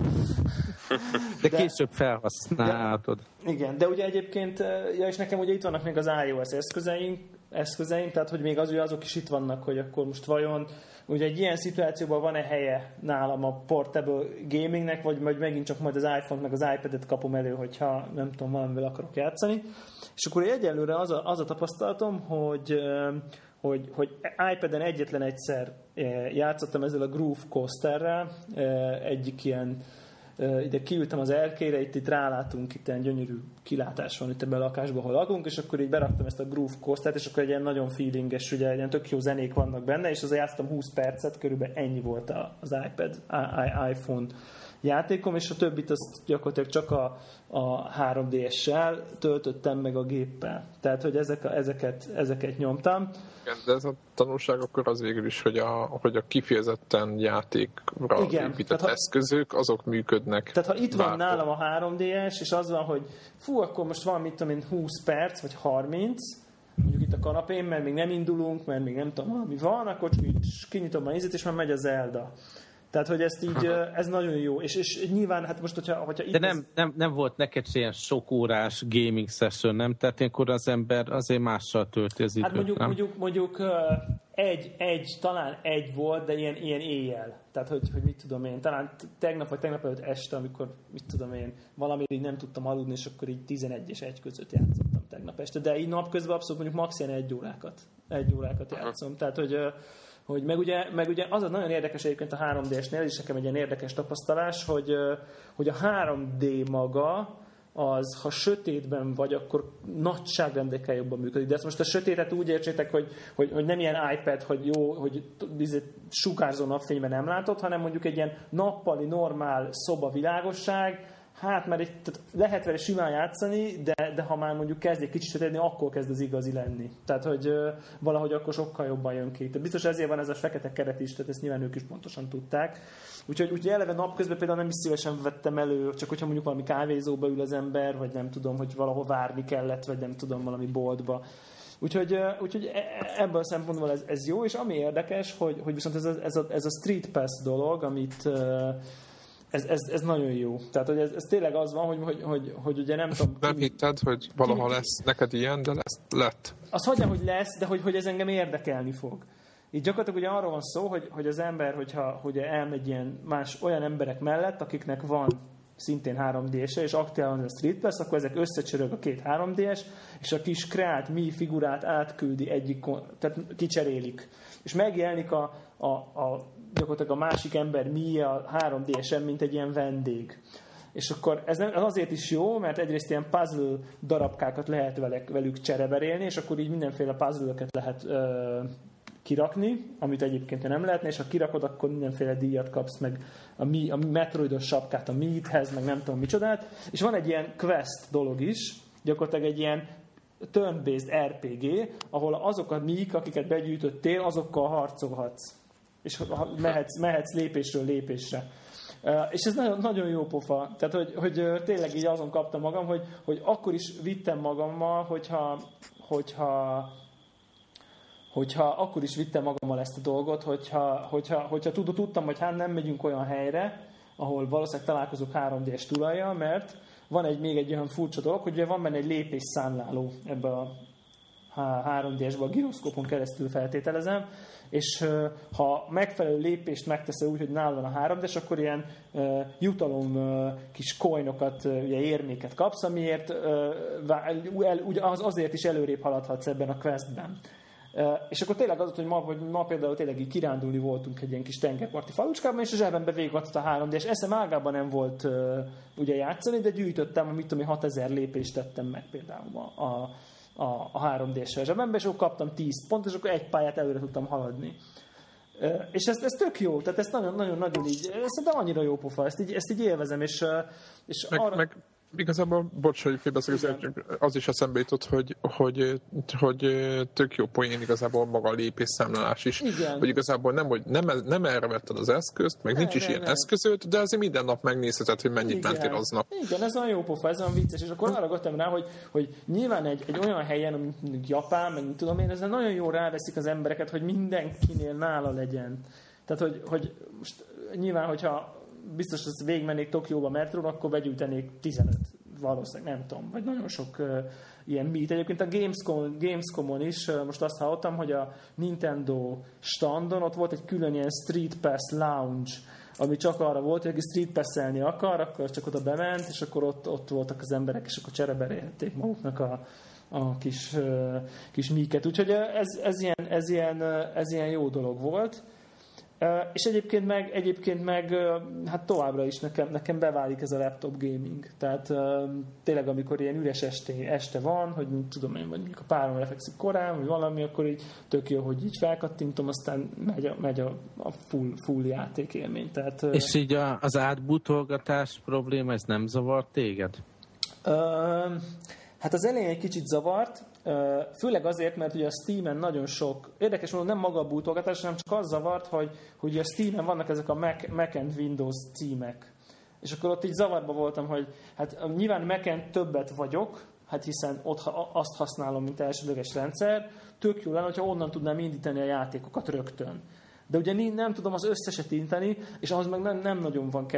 De később felhasználhatod. Igen, de ugye egyébként, és nekem ugye itt vannak még az iOS eszközeim, tehát hogy még azok is itt vannak, hogy akkor most vajon ugye egy ilyen szituációban van-e helye nálam a portable gamingnek, vagy megint csak majd az iPhone-t meg az iPad-et kapom elő, hogyha nem tudom, valamivel akarok játszani. És akkor egyelőre az a tapasztalatom, hogy iPad-en egyetlen egyszer játszottam ezzel a Groove Coasterrel, egyik ilyen, ide kiültem az erkére, itt rálátunk, itt egy gyönyörű kilátás van itt ebben a lakásban, ahol lakunk, és akkor így beraktam ezt a Groove Coastert, és akkor egy ilyen nagyon feelinges, ugye ilyen tök jó zenék vannak benne, és azért játszottam 20 percet, körülbelül ennyi volt az iPad, iPhone játékom, és a többit azt gyakorlatilag csak a 3DS-sel töltöttem meg a géppel. Tehát, hogy ezeket nyomtam. De ez a tanulság akkor az végül is, hogy a kifejezetten játékra épített eszközök, azok működnek. Tehát, ha itt van nálam a 3DS, és az van, hogy akkor most van, mit tudom én, 20 perc, vagy 30, mondjuk itt a kanapén, mert még nem indulunk, mert még nem tudom, mi van, akkor csak kinyitom a nézet, és már megy a Zelda. Tehát, hogy ezt így, ez nagyon jó. És nyilván, hát most, hogyha itt... De nem volt neked ilyen sok órás gaming session, nem? Tehát ilyenkor az ember azért mással tölti az időt, hát mondjuk talán egy volt, de ilyen éjjel. Tehát, hogy mit tudom én, talán tegnap előtt este, amikor, mit tudom én, valamit így nem tudtam aludni, és akkor így 11 és 1 között játszottam tegnap este. De így napközben abszolút mondjuk max. Ilyen egy órákat játszom. Tehát, hogy meg ugye az nagyon érdekes egyébként a 3D-esnél, ez is nekem egy ilyen érdekes tapasztalás, hogy a 3D maga az, ha sötétben vagy, akkor nagyságrendekkel jobban működik. De ezt most a sötétet úgy értsétek, hogy nem ilyen iPad, hogy jó, hogy sugárzó napfényben nem látod, hanem mondjuk egy ilyen nappali, normál szobavilágosság, hát mert lehet vele simán játszani, de ha már mondjuk kezd egy kicsit sötétedni, akkor kezd az igazi lenni. Tehát, hogy valahogy akkor sokkal jobban jön ki. Tehát biztos ezért van ez a fekete keret is, tehát ezt nyilván ők is pontosan tudták. Úgyhogy eleve napközben például nem is szívesen vettem elő, csak hogyha mondjuk valami kávézóba ül az ember, vagy nem tudom, hogy valahol várni kellett, vagy nem tudom, valami boltba. Úgyhogy ebből a szempontból ez jó, és ami érdekes, hogy viszont ez a Street Pass dolog, amit... Ez nagyon jó. Tehát, hogy ez tényleg az van, hogy ugye nem tudom... Nem hitted, hogy valaha lesz neked ilyen, de lett. Azt hagyjam, hogy lesz, de hogy ez engem érdekelni fog. Így gyakorlatilag ugye arról van szó, hogy az ember, hogyha elmegy ilyen más olyan emberek mellett, akiknek van szintén 3D-se, és aktuálban a Street Pass, akkor ezek összecsörög a két 3D-es, és a kis kreált mi figurát átküldi tehát kicserélik. És megjelenik gyakorlatilag a másik ember mi a 3D-esen, mint egy ilyen vendég. És akkor ez azért is jó, mert egyrészt ilyen puzzle darabkákat lehet velük csereberélni, és akkor így mindenféle puzzle-öket lehet kirakni, amit egyébként nem lehetne, és ha kirakod, akkor mindenféle díjat kapsz, meg a Metroidos sapkát a Meathez, meg nem tudom micsodát. És van egy ilyen quest dolog is, gyakorlatilag egy ilyen turn-based RPG, ahol azok a mík, akiket begyűjtöttél, azokkal harcolhatsz. És mehetsz lépésről lépésre. És ez nagyon, nagyon jó pofa. Tehát, hogy tényleg így azon kaptam magam, hogy akkor is vittem magammal, hogyha akkor is vittem magammal ezt a dolgot, hogyha tudtam, hogy nem megyünk olyan helyre, ahol valószínűleg találkozok 3D-es tulajjal, mert van még egy olyan furcsa dolog, hogy van benne egy lépésszámláló ebbe a 3DS-be a giroszkópon keresztül feltételezem, és ha megfelelő lépést megteszel úgy, hogy nálad van a 3DS, akkor ilyen jutalom kis coinokat, ugye érméket kapsz, amiért azért is előrébb haladhatsz ebben a questben. És akkor tényleg az, hogy ma például tényleg így kirándulni voltunk egy ilyen kis tengerparti falucskában, és a zsebembe végigvatott a 3D, és eszem ágában nem volt ugye játszani, de gyűjtöttem, mit tudom, 6000 lépést tettem meg például a 3D-sel zsebembe, és akkor kaptam 10 pont, és akkor egy pályát előre tudtam haladni. És ez tök jó, tehát ez nagyon-nagyon így, szerintem annyira jó pofa, ezt így élvezem, és arra... Igazából, bocs, hogy félbeszélek, az is eszembe jutott, hogy tök jó poén igazából maga a lépésszámlálás is. Igen. Hogy igazából nem erre vetted az eszközt, meg nincs is ilyen eszközöd, de azért minden nap megnézheted, hogy mennyit mentél aznap. Igen, ez olyan jó pofa, ez olyan vicces, és akkor arra gondoltam rá, hogy nyilván egy olyan helyen, mint Japán, meg tudom én, ezzel nagyon jól ráveszik az embereket, hogy mindenkinél nála legyen. Tehát, hogy most nyilván, hogyha biztos, hogy végigmennék Tokióba metrón, akkor begyűjtenék 15, valószínűleg, nem tudom, vagy nagyon sok ilyen meet. Egyébként a Gamescom-on is most azt hallottam, hogy a Nintendo standon ott volt egy külön ilyen Street Pass Lounge, ami csak arra volt, hogy aki Street Pass-elni akar, akkor csak oda bement, és akkor ott voltak az emberek, és akkor csereberélték maguknak a kis míket. Úgyhogy ez ilyen jó dolog volt. És egyébként meg hát továbbra is nekem beválik ez a laptop gaming. Tehát tényleg amikor ilyen üres este van, hogy tudom én, vagy mondjuk a párom lefekszik korán, vagy valami, akkor így tök jó, hogy így felkattintom, aztán megy a full játékélmény. Tehát, és így az átbutolgatás probléma, ez nem zavart téged? Hát az elején egy kicsit zavart, főleg azért, mert ugye a Steamen nagyon sok, érdekes módon nem maga a bootolgatás, hanem csak az zavart, hogy a Steamen vannak ezek a Mac and Windows címek. És akkor ott így zavarba voltam, hogy hát nyilván Mac-en többet vagyok, hát hiszen ott azt használom, mint elsődleges rendszer, tök jó lenne, hogyha onnan tudnám indítani a játékokat rögtön. De ugye nem tudom az összeset indítani, és ahhoz meg nem nagyon van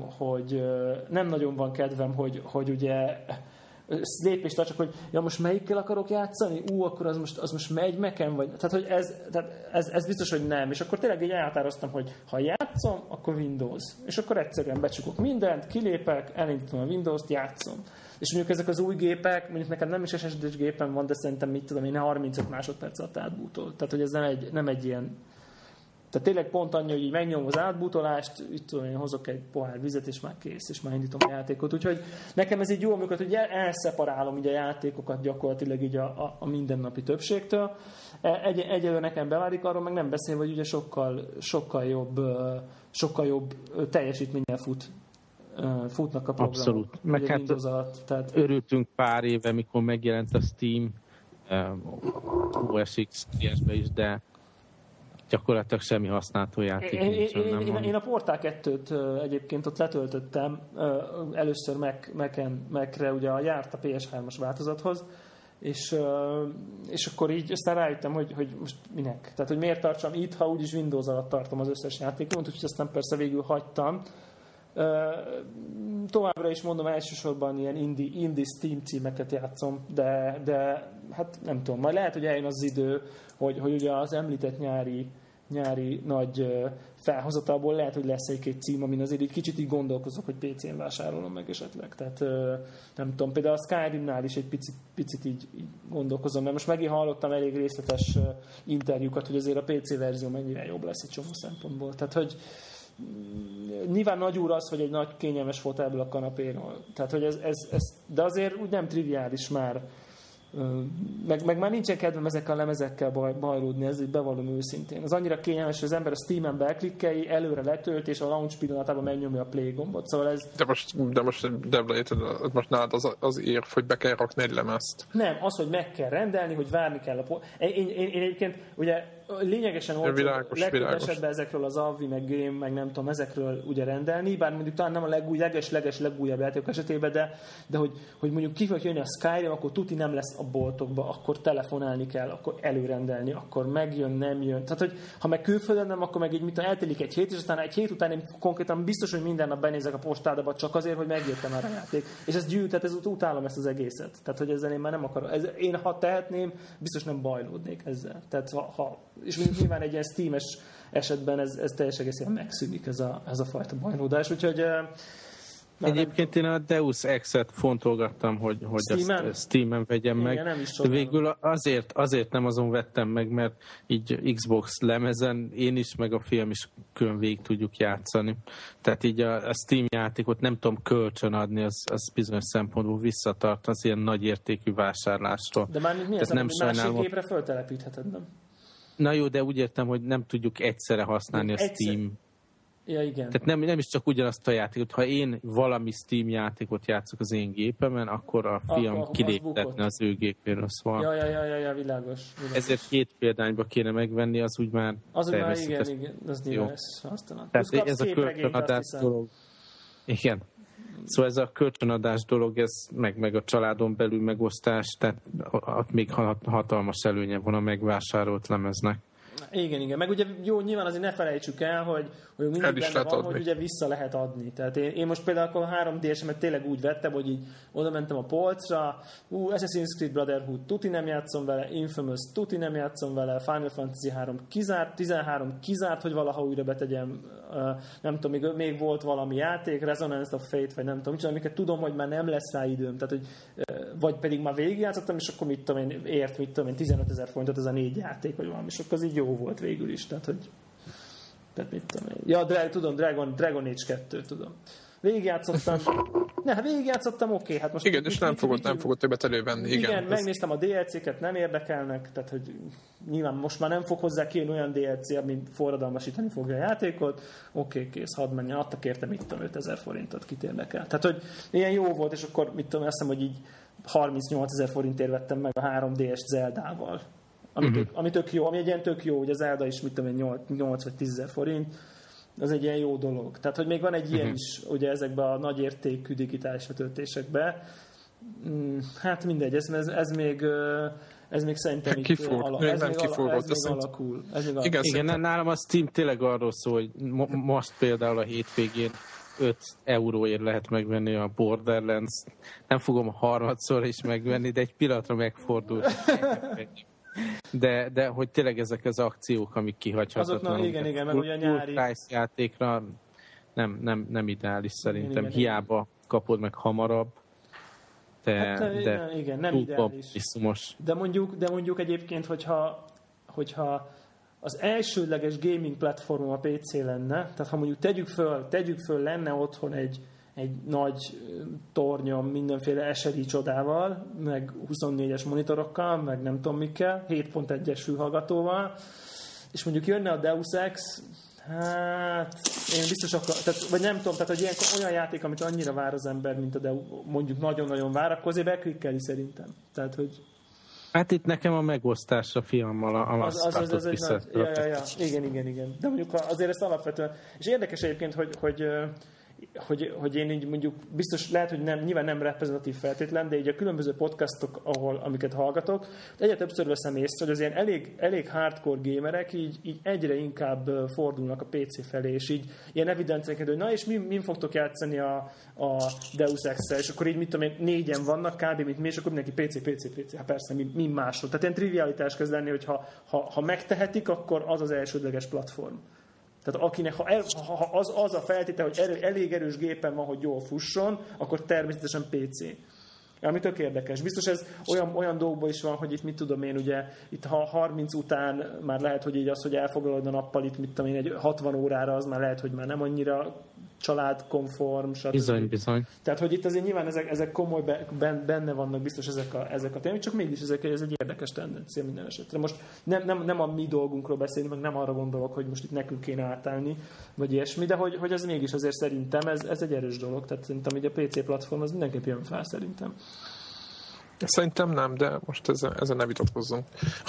kedvem, hogy ugye lépést csak, hogy ja, most melyikkel akarok játszani? Akkor az most megy Mac-en vagy? Tehát, hogy ez biztos, hogy nem. És akkor tényleg így elhatároztam, hogy ha játszom, akkor Windows. És akkor egyszerűen becsukok mindent, kilépek, elindítom a Windows-t, játszom. És mondjuk ezek az új gépek, mondjuk nekem nem is SSD-s gépen van, de szerintem mit tudom én, 35 másodperc alatt átbútol. Tehát, hogy ez nem egy ilyen. Tehát tényleg pont annyi, hogy így megnyomom az átbútolást, itt tudom, én hozok egy pohár vizet, és már kész, és már indítom a játékot. Úgyhogy nekem ez így jó, amikor hogy elszeparálom így a játékokat gyakorlatilag így a mindennapi többségtől. Egyelőre nekem beválik, arról meg nem beszélve, hogy ugye sokkal jobb teljesítménnyel futnak a programok. Abszolút. Meg hát tehát... örültünk pár éve, mikor megjelent a Steam OS X PS-be is, de gyakorlatilag semmi használható játék nincs. Én a Portal 2-t egyébként ott letöltöttem, először Mac-re, ugye járt a PS3-as változathoz, és akkor így aztán rájöttem, hogy most minek. Tehát, hogy miért tartsam itt, ha úgyis Windows alatt tartom az összes játékot, úgyhogy aztán persze végül hagytam. Továbbra is mondom, elsősorban ilyen indie Steam címeket játszom, de hát nem tudom, majd lehet, hogy eljön az idő, hogy ugye az említett nyári nagy felhozatalból lehet, hogy lesz egy-két cím, amin azért így kicsit így gondolkozok, hogy PC-n vásárolom meg esetleg. Tehát nem tudom, például a Skyrimnál is egy picit így gondolkozom, mert most megint hallottam elég részletes interjúkat, hogy azért a PC verzió mennyire jobb lesz egy csomó szempontból. Tehát, hogy nyilván nagy úr az, hogy egy nagy kényelmes fotelből a kanapéról. Tehát, hogy ez, de azért úgy nem triviális már. Meg már nincsen kedvem ezekkel a lemezekkel bajlódni, ez így bevallom őszintén. Az annyira kényelmes, hogy az ember a Steamen beklikkeli, előre letölt, és a launch pillanatában megnyomja a play gombot. Szóval ez... De most most nálad az érv, hogy be kell rakni egy lemezt. Nem, az, hogy meg kell rendelni, hogy várni kell a... Én egyébként ugye lényegesen olcsóbb, legtöbb esetben ezekről az Avvi, meg Game, meg nem tudom, ezekről ugye rendelni, bár mondjuk talán nem a legújabb játékok esetében, de hogy mondjuk ki fog jönni a Skyrim, akkor tuti nem lesz a boltokba, akkor telefonálni kell, akkor előrendelni, akkor megjön, nem jön. Tehát, hogy ha meg külföldön nem, akkor meg így eltelik egy hét, és aztán egy hét után én konkrétan biztos, hogy minden nap benézek a postába csak azért, hogy megjöttem már a játék. És ez utálom ezt az egészet. Tehát, hogy ezzel én már nem akarom. Én, ha tehetném, biztos nem bajlódnék ezzel. Tehát, és nyilván egy ilyen Steam-es esetben ez teljes egészében megszűnik ez a fajta bajlódás. Úgyhogy egyébként én a Deus Ex-et fontolgattam, hogy ezt Steam-en vegyem meg. De végül azért nem azon vettem meg, mert így Xbox lemezen én is, meg a film is külön végig tudjuk játszani. Tehát így a Steam játékot nem tudom kölcsön adni, az bizonyos szempontból visszatart az ilyen nagy értékű vásárlásról. De már milyen nem másik gépre föltelepítheted, nem? Na jó, de úgy értem, hogy nem tudjuk egyszerre használni a Steam. Ja, igen. Tehát nem is csak ugyanazt a játékot. Ha én valami Steam játékot játszok az én gépemen, akkor a fiam kiléptetne az ő gépéről. Szóval ja, világos. Ezért 2 példányba kéne megvenni, az úgy már természetes. Igen, az nyilván lesz hasztalan. Tehát ez a kölcsönadás dolog. Igen. Szóval ez a kölcsönadás dolog, ez meg a családon belül megosztás, tehát ott még hatalmas előnye van a megvásárolt lemeznek. Igen. Meg ugye jó, nyilván azért ne felejtsük el, hogy mindig benne van, hogy ugye vissza lehet adni. Tehát én most például akkor 3DS-emet tényleg úgy vettem, hogy így oda mentem a polcra, Assassin's Creed Brotherhood tuti nem játszom vele, Infamous tuti nem játszom vele, Final Fantasy 3 kizárt, 13 kizárt, hogy valaha újra betegyem, nem tudom, még volt valami játék, Resonance of Fate, vagy nem tudom, amiket tudom, hogy már nem lesz rá időm, tehát hogy vagy pedig már végigjátszottam, és akkor mit tudom én, 15 000 forintot ez a 4 játék, vagy valami, és akkor az így jó volt végül is, tehát mit tudom én. Ja, tudom, Dragon Age 2, tudom. Végigjátszottam, oké, hát most... Igen, és nem fogod többet elővenni. Igen, megnéztem a DLC-ket, nem érdekelnek, tehát hogy nyilván most már nem fog hozzá kijönni olyan DLC, ami forradalmasítani fogja a játékot, oké, kész, hadd menjen, adtak érte, mit tudom, 5000 forintot, kit érdekel. Tehát, hogy ilyen jó volt, és akkor mit tudom, azt hiszem, hogy így 38 000 forintért vettem meg a 3DS Zeldával. Ami tök jó, ami egy ilyen tök jó, ugye az Zelda is, mit tudom én, 8 vagy 10 000 forint, az egy ilyen jó dolog. Tehát, hogy még van egy ilyen is, ugye ezekben a nagy értékű digitális letöltésekben. Hát mindegy, ez még szerintem itt alakul. Igen, nálam a Steam tényleg arról szól, hogy most például a hétvégén 5 euróért lehet megvenni a Borderlands. Nem fogom harmadszor is megvenni, de egy pillanatra megfordult. De hogy tényleg ezek az akciók, amik kihagyhatatlanok. Igen, meg ugye nyári... price játékra nem ideális szerintem. Igen. Hiába kapod meg hamarabb, de igen, nem ideális. De mondjuk egyébként, hogyha az elsődleges gaming platformom a PC lenne, tehát ha mondjuk tegyük föl lenne otthon egy nagy tornyom mindenféle SLI csodával, meg 24-es monitorokkal, meg nem tudom mikkel, 7.1-es fülhallgatóval, és mondjuk jönne a Deus Ex, hát én biztos vagy nem tudom, tehát hogy olyan játék, amit annyira vár az ember, mint a Deus, mondjuk nagyon-nagyon vár, akkor azért beklikkeli szerintem. Tehát, hogy hát itt nekem a megosztás a fiammal az igen. De mondjuk azért ezt alapvetően, és érdekes egyébként, hogy én így mondjuk biztos lehet, hogy nyilván nem reprezentatív feltétlen, de így a különböző podcastok, amiket hallgatok, egyre többször veszem észre, hogy az ilyen elég hardcore gamerek így egyre inkább fordulnak a PC felé, és így ilyen evidenciákat, hogy na és min fogtok játszani a Deus Ex-szel, és akkor így mit tudom én, 4-en vannak kb. Mint mi, és akkor mindenki PC, hát persze, mi másról. Tehát ilyen trivialitás kezd lenni, hogy ha megtehetik, akkor az elsődleges platform. Tehát akinek, ha az a feltétel, hogy elég erős gépen van, hogy jól fusson, akkor természetesen PC. Ami tök érdekes. Biztos ez olyan dolgokban is van, hogy itt mit tudom én, ugye itt ha 30 után már lehet, hogy így az, hogy elfoglalod a nappal itt, mit tudom én, egy 60 órára, az már lehet, hogy már nem annyira családkonform, stb. Bizony. Tehát, hogy itt azért nyilván ezek komoly benne vannak biztos ezek a témák, csak mégis ez egy érdekes tendencia minden esetre. Most nem a mi dolgunkról beszélni, meg nem arra gondolok, hogy most itt nekünk kéne átállni, vagy ilyesmi, de hogy ez mégis azért szerintem ez egy erős dolog, tehát szerintem így a PC platform az mindenképp jön fel szerintem. Szerintem nem, de most ezen ne vitatkozzunk.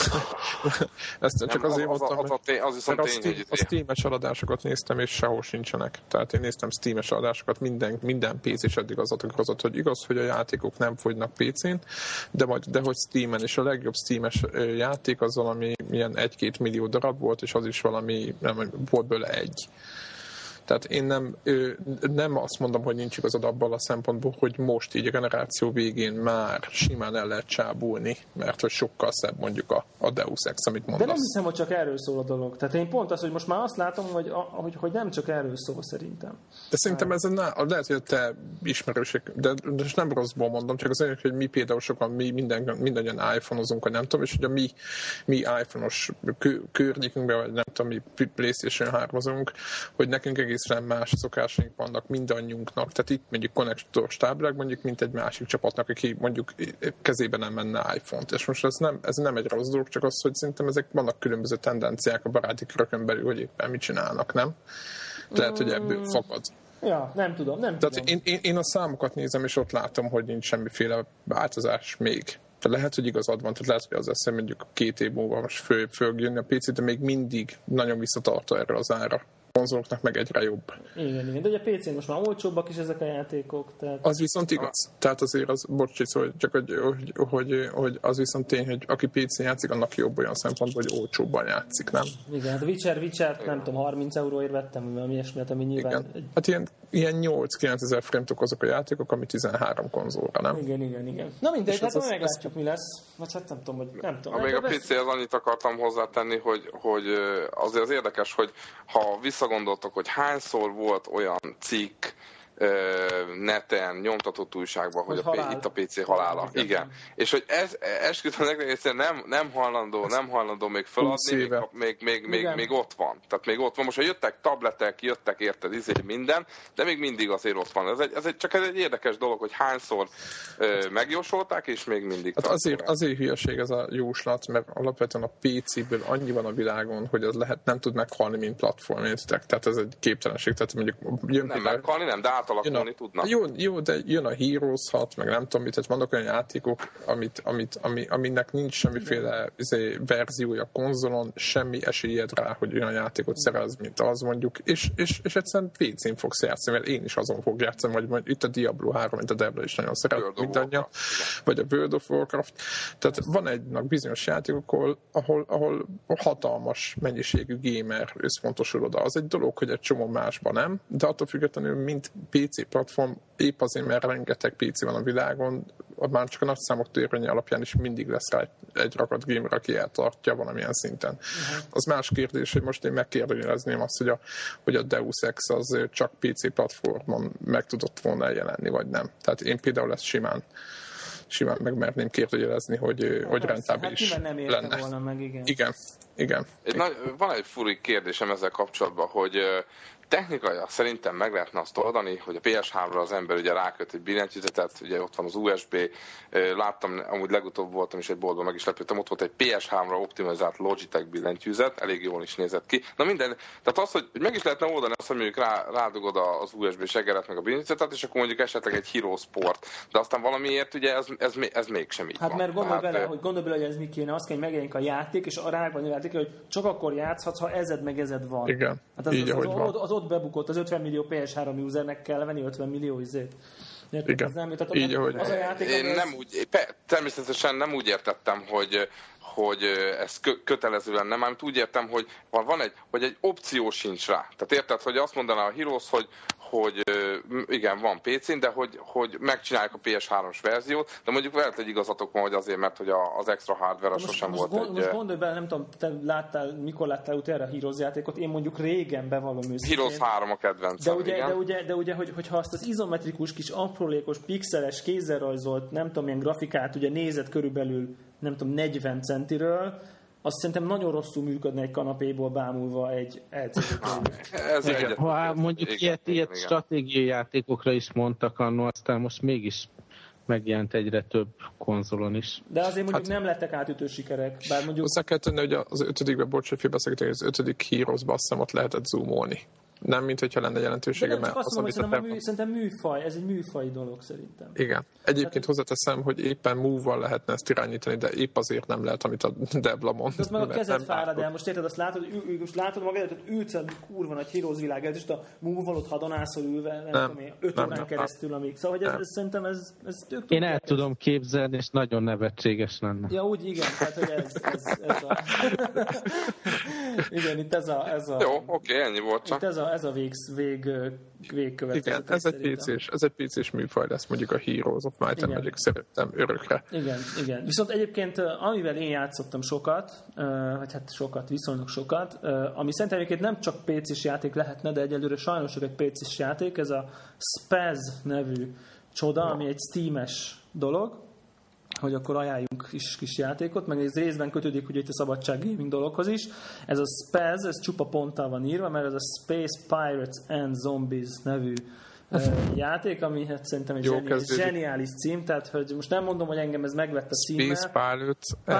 Ezt csak azért mondtam, az viszont tény, hogy a Steam-es eladásokat néztem, és sehol sincsenek. Tehát én néztem Steam-es eladásokat, minden PC-s eddig az adott, hogy igaz, hogy a játékok nem fogynak PC-n, de hogy Steam-en, és a legjobb Steam-es játék az valami ilyen 1-2 millió darab volt, és az is valami, nem, volt belőle egy. Tehát én nem azt mondom, hogy nincs igazad abban a szempontból, hogy most így a generáció végén már simán el lehet csábulni, mert hogy sokkal szebb mondjuk a Deus Ex, amit mondasz. De nem hiszem, hogy csak erről szól a dolog. Tehát én pont az, hogy most már azt látom, hogy nem csak erről szól szerintem. De szerintem ez lehet, hogy a te ismerőség, de nem rosszból mondom, csak az hogy mi például sokan mindannyian iPhone-ozunk, vagy nem tudom, és hogy a mi iPhone-os környékünkben, vagy nem tudom, mi PlayStation 3-ozunk, hogy nekünk egészen más szokásaink vannak mindannyiunknak. Tehát itt mondjuk konnektoros táblák, mondjuk mint egy másik csapatnak, aki mondjuk kezében nem menne iPhone-t. És most ez nem egy rossz dolog, csak az, hogy szerintem ezek vannak különböző tendenciák a baráti körökön belül, hogy éppen mit csinálnak, nem? Lehet, hogy ebből fakad. Ja, nem tudom. Tehát én a számokat nézem, és ott látom, hogy nincs semmiféle változás még. Tehát lehet, hogy igazad van, tehát lehet, hogy az lesz, hogy mondjuk 2 év múlva most föl jönni a PC, de még mindig nagyon visszatartó erre az ára. Konzoloknak meg egyre jobb. Igen, de ugye a PC-n most már olcsóbbak is ezek a játékok. Tehát... Az viszont igaz. Tehát azért az, csak hogy az viszont tény, hogy aki PC-n játszik, annak jobb olyan szempontból, hogy olcsóbban játszik, nem? Igen, hát Witcher nem tudom, 30 euróért vettem, ami ilyesmiért, ami nyilván... Igen. Hát ilyen 8-9 ezer forintok azok a játékok, ami 13 konzolra, nem? Igen. Na mindegy, hát meglátjuk, mi lesz. Vagy hát nem tudom, hogy nem tudom. Még a PC-hez annyit akartam hozzátenni, hogy azért az érdekes, hogy ha visszagondoltok, hogy hányszor volt olyan cikk neten, nyomtatott újságban, hogy itt a PC halála. Igen. És hogy ez esküszöm egyszerűen nem hajlandó még feladni, még ott van. Tehát még ott van. Most, ha jöttek tabletek, jöttek érted, minden, de még mindig azért ott van. Csak ez egy érdekes dolog, hogy hányszor megjósolták, és még mindig. Hát azért hülyeség ez a jóslat, mert alapvetően a PC-ből annyi van a világon, hogy az nem tud meghalni, mint platform, értitek? Tehát ez egy képtelenség. Tehát mondjuk nem meghalni, nem, de átalakulni tudnak. Jó, de jön a Heroes 6, meg nem tudom mit, tehát vannak olyan játékok, aminek nincs semmiféle verziója konzolon, semmi esélyed rá, hogy olyan játékot szerez, mint az mondjuk, és egyszerűen PC-n fogsz játszani, mert én is azon fog játszani, vagy itt a Diablo 3, mint a Debla is nagyon szeret mindannyian, vagy a World of Warcraft. Tehát van egynak bizonyos játékok, ahol hatalmas mennyiségű gamer összpontosul oda. Az egy dolog, hogy egy csomó másban nem, de attól függetlenül mint PC platform, épp azért, mert rengeteg PC van a világon, már csak a nagy számok törvénye alapján is mindig lesz rá egy rakat gamer, aki eltartja valamilyen szinten. Az más kérdés, hogy most én megkérdőjelezném azt, hogy a Deus Ex az csak PC platformon meg tudott volna eljelenni, vagy nem. Tehát én például ezt simán megmerném kérdőjelezni, hogy rentábilis lenne. Volna meg, Igen. Van egy furi kérdésem ezzel kapcsolatban, hogy technikailag szerintem meg lehetne azt oldani, hogy a PS3-ra az ember ugye ráköt egy billentyűzetet, ugye ott van az USB, láttam, amúgy legutóbb voltam is egy boltban, meg is lepődtem, ott volt egy PS3-ra optimalizált Logitech billentyűzet, elég jól is nézett ki. Na minden, tehát az, hogy meg is lehetne oldani azt, hogy mondjuk rádugod az USB segeret meg a billentyűzetet, és akkor mondjuk esetleg egy Hero Sport, de aztán valamiért ugye ez mégsem így van. Hát mert gondolj bele, hogy ez mi kéne, azt kell, hogy megjelenik a játék, és a rákban a játék, hogy csak akkor játszhatsz, ha ezed van. Igen, hát az ott bebukott, az 50 millió PS3 usernek kell venni 50 millió izét. Igen, így, ahogy az a játék, én természetesen nem úgy értettem, hogy ez kötelező lenne, mármint úgy értem, hogy van egy opció sincs rá. Tehát érted, hogy azt mondaná a Heroes, hogy igen, van PC-n, de hogy megcsinálják a PS3-os verziót, de mondjuk lehet, hogy igazatok van, hogy azért, mert hogy az extra hardware sosem volt Most gondolj bele, nem tudom, te mikor láttál utána a Heroes játékot, én mondjuk régen bevallom őszintén. Heroes 3 a kedvencem, de ugye hogyha azt az izometrikus kis aprólékos, pixeles, kézzel rajzolt, nem tudom, milyen grafikát ugye nézed körülbelül, nem tudom, 40 centiről, azt szerintem nagyon rosszul működne egy kanapéból bámulva egy LCD. Mondjuk ilyet stratégiai játékokra is mondtak annól, aztán most mégis megjelent egyre több konzolon is. De azért mondjuk nem lettek átütő sikerek. Bár mondjuk... Hozzá kell tenni, hogy az 5-ben, bocsánat, félbeszélgetünk, az 5. Heroes-ba azt hiszem ott lehetett zoomolni. Nem, mint hogyha lenne jelentősége, mert azt mondom, hogy szerintem műfaj, ez egy műfaj dolog szerintem. Igen. Egyébként hozzáteszem, hogy éppen move-val lehetne ezt irányítani, de épp azért nem lehet, amit a Debla mond. De azt meg a kezed fárad el, most érted, azt látod magadat, hogy ülsz a kurva nagy Heroes világ előtt, és a move-val ott hadonászol ülve, nem tudom én, 5 órán keresztül, amíg. Szóval, hogy ez szerintem ez tök. Én el tudom képzelni, és nagyon nevetséges lenne. Ja, úgy igen, tehát hogy ez a... Igen, itt ez a... Jó, oké, ennyi volt csak. Itt ez a végkövetkező. Igen, ez egy PC-s műfaj lesz, mondjuk a Heroes of Might and Magic szerintem örökre. Igen. Viszont egyébként, amivel én játszottam sokat, vagy hát sokat, viszonylag sokat, ami szerintem egyébként nem csak PC-s játék lehetne, de egyelőre sajnos csak egy PC-s játék, ez a Spaz nevű csoda, ami egy Steam-es dolog, hogy akkor ajánljunk kis játékot, meg ez részben kötődik ugye itt a szabadság gaming dologhoz is. Ez a Spaz, ez csupa ponttal van írva, mert ez a Space Pirates and Zombies nevű játék, ami hát szerintem egy zseniális cím, tehát hogy most nem mondom, hogy engem ez megvett a címmel. Space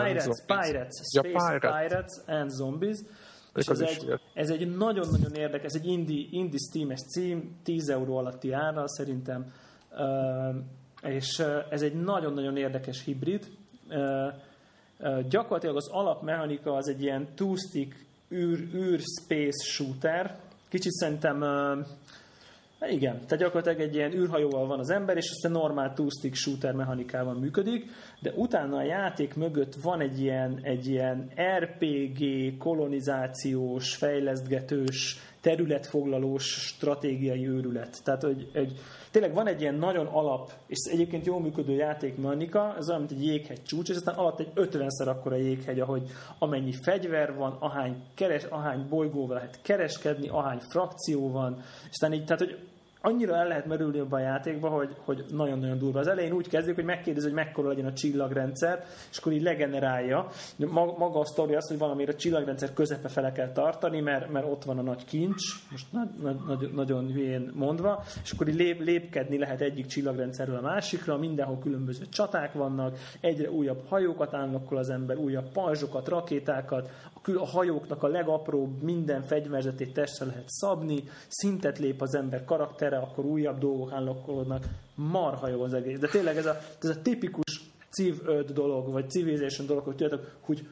Pirates and Zombies. És ez egy nagyon-nagyon érdekes, ez egy indie Steam-es cím, 10 euró alatti árral szerintem, és ez egy nagyon-nagyon érdekes hibrid. Gyakorlatilag az alapmechanika az egy ilyen two-stick űr space shooter. Kicsit szerintem igen, tehát gyakorlatilag egy ilyen űrhajóval van az ember, és aztán normál two-stick shooter mechanikával működik, de utána a játék mögött van egy ilyen RPG, kolonizációs, fejlesztgetős, területfoglalós stratégiai őrület. Tehát, hogy tényleg van egy ilyen nagyon alap, és egyébként jól működő játékmechanika, ez olyan, mint egy jéghegy csúcs, és aztán alatt egy 50-szer akkora jéghegy, ahogy amennyi fegyver van, ahány bolygóval lehet kereskedni, ahány frakció van, és aztán így, tehát, hogy annyira el lehet merülni abban a játékba, hogy nagyon-nagyon durva. Az elején úgy kezdjük, hogy megkérdezi, hogy mekkora legyen a csillagrendszer, és akkor így legenerálja. Maga a sztori az, hogy valamire a csillagrendszer közepe fele kell tartani, mert ott van a nagy kincs, most nagyon hülyén mondva, és akkor így lépkedni lehet egyik csillagrendszerről a másikra, mindenhol különböző csaták vannak, egyre újabb hajókat állnokkol az ember, újabb pajzsokat, rakétákat, a hajóknak a legapróbb minden fegyverzetét testre lehet szabni, szintet lép az ember karaktere, akkor újabb dolgok állokkolódnak, marha jó az egész. De tényleg ez a tipikus Civ 5 dolog, vagy Civilization dolog, hogy tudjátok, hogy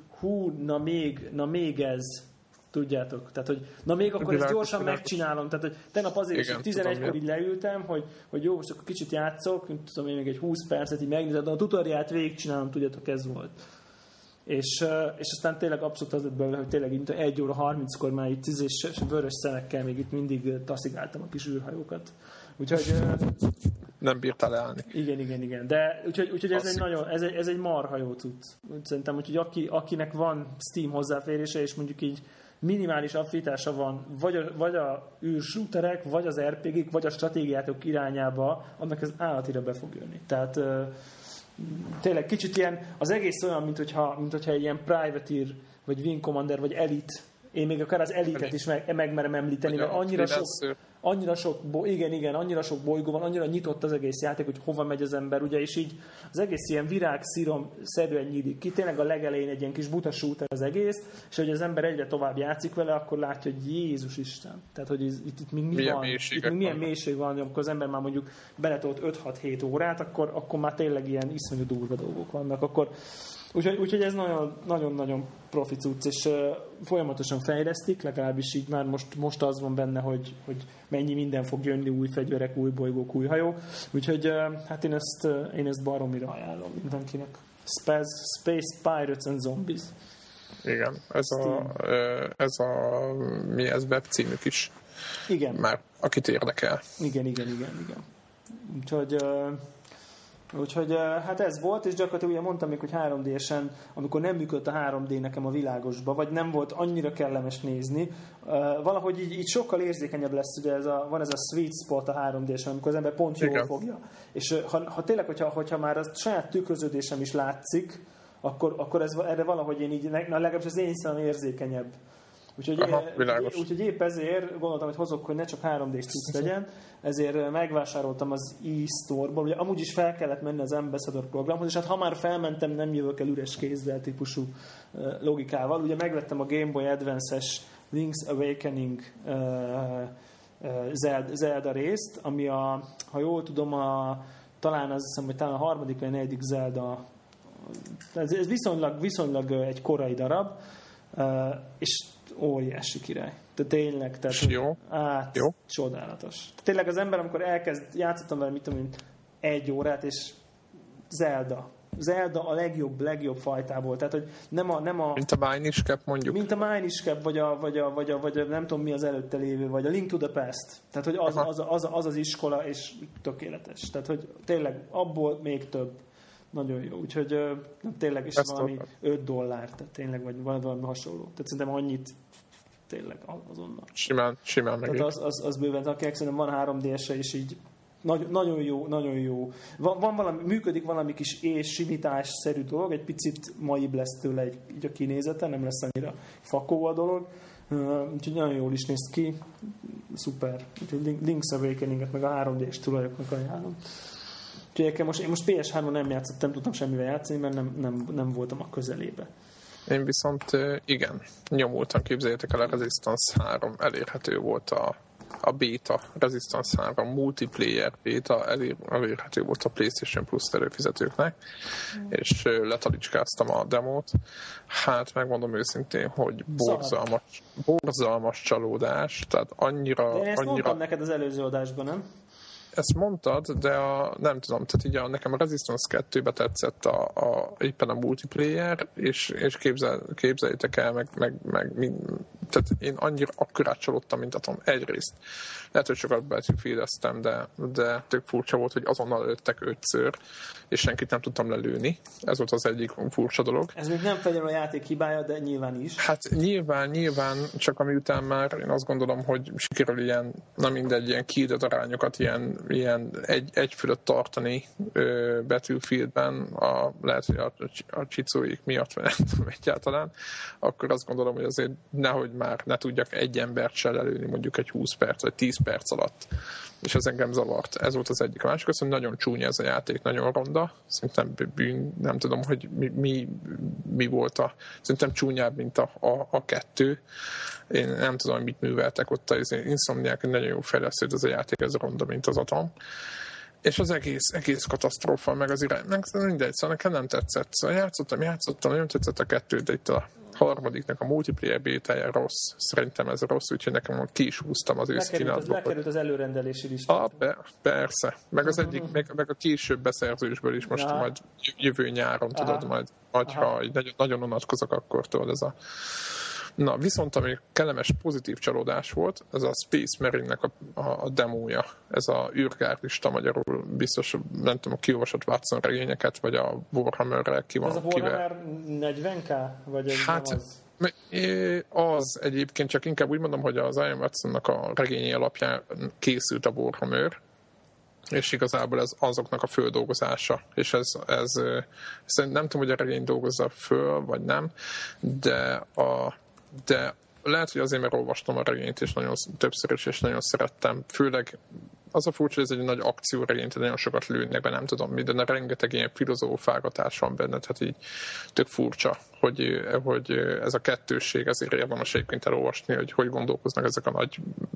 na még ez, tudjátok. Tehát, hogy na még akkor ezt gyorsan megcsinálom. Tehát, hogy tegnap azért is 11-kor így leültem, hogy jó, most akkor kicsit játszok, tudom én még egy 20 percet így megnézed, de a tutoriát végigcsinálom, tudjátok, ez volt. És aztán tényleg abszolút az lett belőle, hogy tényleg itt 1 óra 30-kor már itt és vörös szemekkel még itt mindig taszigáltam a kis űrhajókat. Úgyhogy... Nem bírtál leállni. Igen. De úgyhogy ez egy marha jó cucc. Szerintem, hogy akinek van Steam hozzáférése, és mondjuk így minimális affinitása van, vagy a űrshooterek, vagy az RPG-k, vagy a stratégiátok irányába, annak ez állatira be fog jönni. Tehát tényleg kicsit ilyen, az egész olyan, mint hogyha egy ilyen Privateer, vagy Wing Commander, vagy Elite, én még akár az Elite-et is megmerem említeni, mert annyira sok bolygó van, annyira nyitott az egész játék, hogy hova megy az ember, ugye, és így az egész ilyen virágszírom-szerűen nyílik ki, tényleg a legelején egy ilyen kis buta shooter az egész, és hogy az ember egyre tovább játszik vele, akkor látja, hogy Jézus Isten, tehát, hogy itt még milyen mélység van, amikor az ember már mondjuk beletolt 5-6-7 órát, akkor már tényleg ilyen iszonyú durva dolgok vannak, akkor úgyhogy ez nagyon-nagyon profi cucc, és folyamatosan fejlesztik, legalábbis így már most az van benne, hogy mennyi minden fog jönni, új fegyverek, új bolygók, új hajók. Úgyhogy hát én ezt baromira ajánlom mindenkinek. Space Pirates and Zombies. Igen, ez webcímük is. Igen. Már akit érdekel. Igen. Úgyhogy hát ez volt, és gyakorlatilag ugye mondtam még, hogy 3D-sen, amikor nem működött a 3D nekem a világosba, vagy nem volt annyira kellemes nézni, valahogy így sokkal érzékenyebb lesz, ugye van ez a sweet spot a 3D-sen, amikor az ember pont jól fogja. És ha tényleg, hogyha már a saját tükröződésem is látszik, akkor erre valahogy én így, legalábbis az én szemem érzékenyebb. Úgyhogy épp ezért gondoltam, hogy hozok, hogy ne csak 3D-s cucc legyen, ezért megvásároltam az e-store-ból, ugye amúgy is fel kellett menni az Ambassador programhoz, és hát ha már felmentem, nem jövök el üres kézzel típusú logikával. Ugye megvettem a Game Boy Advance-es Link's Awakening Zelda részt, ami ha jól tudom, talán azt hiszem, hogy talán a harmadik vagy a negyedik Zelda, ez viszonylag egy korai darab, és óriási király. Tehát tényleg, jó. Csodálatos. Tehát tényleg az ember, amikor játszottam vele, mit tudom, 1 órát, és Zelda a legjobb fajtából. Tehát, hogy nem a mint a Minish Cap, mondjuk. Mint a Minish Cap, vagy nem tudom mi az előtte lévő, vagy a Link to the Past. Tehát, hogy az iskola, és tökéletes. Tehát, hogy tényleg abból még több. Nagyon jó. Úgyhogy tényleg is valami $5, tehát tényleg, vagy valami hasonló. Tehát szerintem annyit tényleg azonnal. Simán meg. Tehát az bőven, akinek szerintem van 3DS-e, és így nagyon jó. Van valami, működik valami kis simításszerű dolog, egy picit maibb lesz tőle így a kinézete, nem lesz annyira fakó a dolog. Úgyhogy nagyon jól is néz ki. Szuper. Úgyhogy Link's Awakening-et meg a 3D-s tulajoknak ajánlom. Úgyhogy én most PS3-on nem játszottam, nem tudtam semmivel játszani, mert nem voltam a közelébe. Én viszont igen, nyomultan, képzeljétek el, a Resistance 3 elérhető volt a beta, Resistance 3 multiplayer beta elérhető volt a PlayStation Plus előfizetőknek, és letalicskáztam a demót. Hát megmondom őszintén, hogy borzalmas csalódás, tehát annyira... De én ezt mondtam neked az előző adásban, nem? Ezt mondtad, de nem tudom, tehát így nekem a Resistance 2-be tetszett éppen a multiplayer, és képzeljétek el, tehát én annyira akkorát csalódtam, mint atom egyrészt. Lehet, hogy sokat Battlefield-eztem, de tök furcsa volt, hogy azonnal lőttek 5-ször, és senkit nem tudtam lelőni. Ez volt az egyik furcsa dolog. Ez még nem feltétlenül a játék hibája, de nyilván is. Hát nyilván, csak amiután már én azt gondolom, hogy sikerül ilyen kiadat arányokat ilyen egy fölött tartani Battlefieldben, lehet, hogy a csicóik miatt, vagy nem tudom egyáltalán, akkor azt gondolom, hogy azért nehogy már ne tudjak egy embert se lelőni mondjuk egy 20 perc, vagy 10 perc alatt. És ez engem zavart. Ez volt az egyik. A másik az, hogy nagyon csúnya ez a játék, nagyon ronda. Szerintem nem tudom, hogy mi volt szerintem csúnyább, mint a 2. Én nem tudom, hogy mit műveltek ott az Insomniac, nagyon jó fejlesztő, ez a játék, ez ronda, mint az atom. És az egész katasztrófa, meg az irány, meg mindegy, szóval nekem nem tetszett. Szóval játszottam, nagyon tetszett a 2, de itt a harmadiknak a multiplayer bétája rossz. Szerintem ez rossz, úgyhogy nekem ki is húztam az őszkínálatból. Lekerült az előrendelési listát. Persze. Meg az egyik, meg a később beszerzősből is most majd jövő nyáron, tudod, majd ha nagyon unatkozok, akkor tudod ez a... Na, viszont ami kellemes, pozitív csalódás volt, ez a Space Marine-nek a demója. Ez a űrgárdista, magyarul biztos, nem tudom, kiolvasott Watson regényeket, vagy a Warhammer-rel ki van. Ez a Warhammer 40K? Vagy ez hát, az egyébként, csak inkább úgy mondom, hogy az Ian Watsonnak a regényi alapján készült a Warhammer, és igazából ez azoknak a földolgozása, és ez szerintem nem tudom, hogy a regény dolgozza föl, vagy nem, de lehet, hogy azért, mert olvastam a regényt, és nagyon többször is, és nagyon szerettem. Főleg az a furcsa, hogy ez egy nagy akcióregény, tehát nagyon sokat lőnek be, nem tudom mi, de rengeteg ilyen filozófálgatás van benne, tehát így tök furcsa, hogy ez a kettősség, ezért érdemes egyébként elolvasni, hogy gondolkoznak ezek a nagy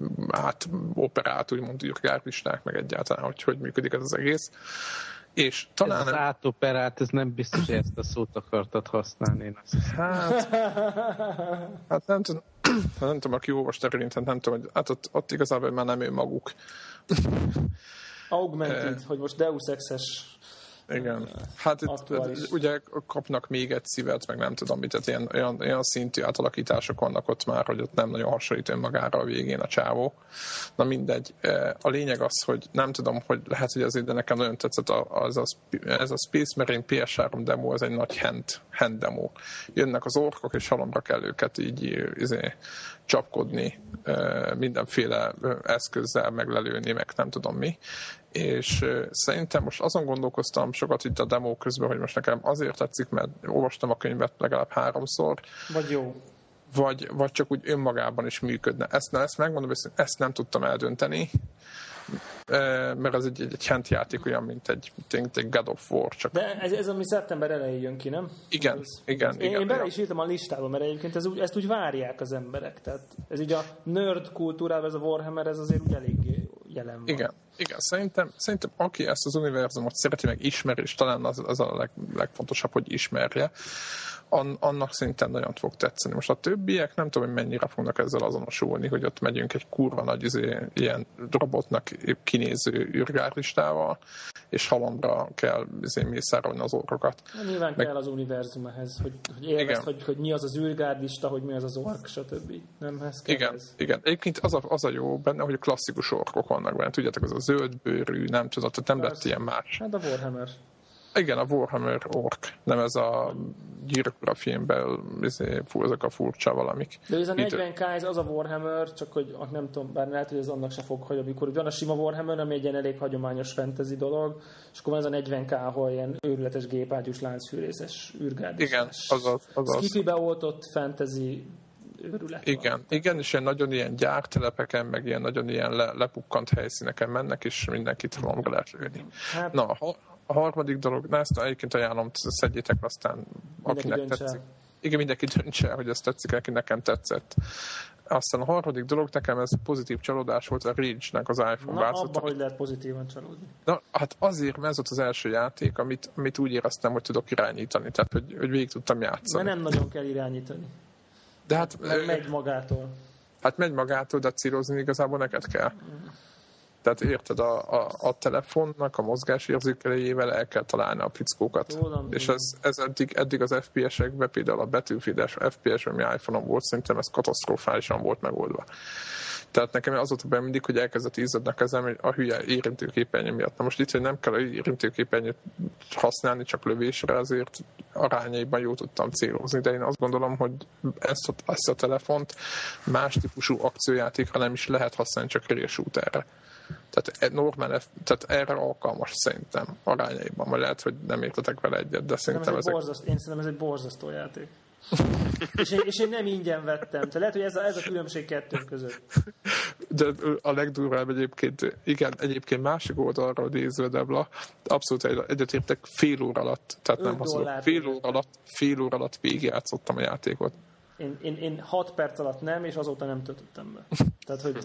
operát, úgymond űrgárdisták, meg egyáltalán, hogy működik ez az egész. És talán ez az átoperát, ez nem biztos, hogy ezt a szót akartad használni. Én azt hát nem tudom, aki olvasta regényt, nem tudom, hogy ott igazából már nem ő maguk. Augmented, hogy most Deus Ex-es. Igen. Hát itt, ugye kapnak még egy szívet, meg nem tudom mit, tehát ilyen szintű átalakítások vannak ott már, hogy ott nem nagyon hasonlít önmagára a végén a csávó. Na mindegy. A lényeg az, hogy nem tudom, hogy lehet, hogy azért, de nekem nagyon tetszett ez a Space Marine PS3 demo, ez egy nagy hand demo. Jönnek az orkok, és halomra kell őket így csapkodni mindenféle eszközzel, meglelőni, meg nem tudom mi. És szerintem most azon gondolkoztam sokat itt a demo közben, hogy most nekem azért tetszik, mert olvastam a könyvet legalább 3-szor. Vagy jó. Vagy csak úgy önmagában is működne. Ezt megmondom, hogy ezt nem tudtam eldönteni. mert ez egy handjáték olyan, mint egy God of War. Csak... De ez ami szeptember elején jön ki, nem? Igen, igen. Én bele is írtam a listába, mert egyébként ezt úgy várják az emberek. Tehát ez így a nerd kultúrában, ez a Warhammer, ez azért úgy eléggé jelen van. Igen, szerintem aki ezt az univerzumot szereti, meg ismeri, és talán az a legfontosabb, hogy ismerje, annak szerintem nagyon fog tetszeni. Most a többiek nem tudom, hogy mennyire fognak ezzel azonosulni, hogy ott megyünk egy kurva nagy ilyen robotnak kinéző űrgárlistával, és halomra kell mészárolni az orrokat. Nyilván kell az univerzum ehhez, hogy élvezd, hogy mi az az űrgárlista, hogy mi az az ork, stb. Nem, ez kell igen. Egyébként az a jó benne, hogy a klasszikus orkok vannak benne. Tudjátok, az a zöldbőrű, nem tudod, nem lett ilyen más. Hát a Warhammer. Igen, a Warhammer ork, nem ez a Gyűrűk Ura filmben ezek a furcsa valamik. De ez a 40K, ez az a Warhammer, csak hogy nem tudom, bár lehet, hogy ez annak se fog, hogy amikor van a sima Warhammer, ami egy ilyen elég hagyományos fantasy dolog, és akkor van ez a 40K, ahol ilyen őrületes gépágyús láncfűrészes űrgárdis. Igen, azaz. Skifibe oltott fantasy őrület. Igen, és ilyen nagyon ilyen gyártelepeken, meg ilyen nagyon ilyen lepukkant helyszíneken mennek, és mindenkit halomra lehet lőni. Hát, na, a harmadik dolog, ezt egyébként ajánlom, szedjétek, aztán akinek tetszik. Igen, mindenki döntse, hogy ez tetszik, neki nekem tetszett. Aztán a harmadik dolog, nekem ez pozitív csalódás volt a Rage-nek az iPhone változat. Abba, hogy lehet pozitívan csalódni? Na, hát azért, mert ez volt az első játék, amit úgy éreztem, hogy tudok irányítani, tehát hogy végig tudtam játszani. De nem nagyon kell irányítani. De hát... Megy magától. Hát megy magától, de célozni igazából neked kell. Tehát érted, a telefonnak a mozgásérzékelőjével el kell találni a fickókat. És ez eddig az FPS-ekben, például a Battlefield-es FPS, ami iPhone-on volt, szerintem ez katasztrofálisan volt megoldva. Tehát nekem az volt benne mindig, hogy elkezdett izzadni a kezem a hülye érintőképernyő miatt. Na most itt, hogy nem kell a érintőképernyőt használni, csak lövésre, azért arányaiban jól tudtam célozni, de én azt gondolom, hogy ezt a telefont más típusú akciójátékra nem is lehet használni, csak rail shooterre. Tehát normál, tehát erre alkalmas szerintem arányaiban, mert lehet, hogy nem értetek vele egyet, de szerintem én szerintem ez egy borzasztó játék. és én nem ingyen vettem. Tehát lehet, hogy ez a különbség kettőnk között. De a legdurvább egyébként másik oldalról nézve, Debla, abszolút egyetértek, fél óra alatt, tehát nem haszonló, fél óra alatt végigjátszottam a játékot. Én 6 perc alatt nem, és azóta nem töltöttem be. Tehát, hogy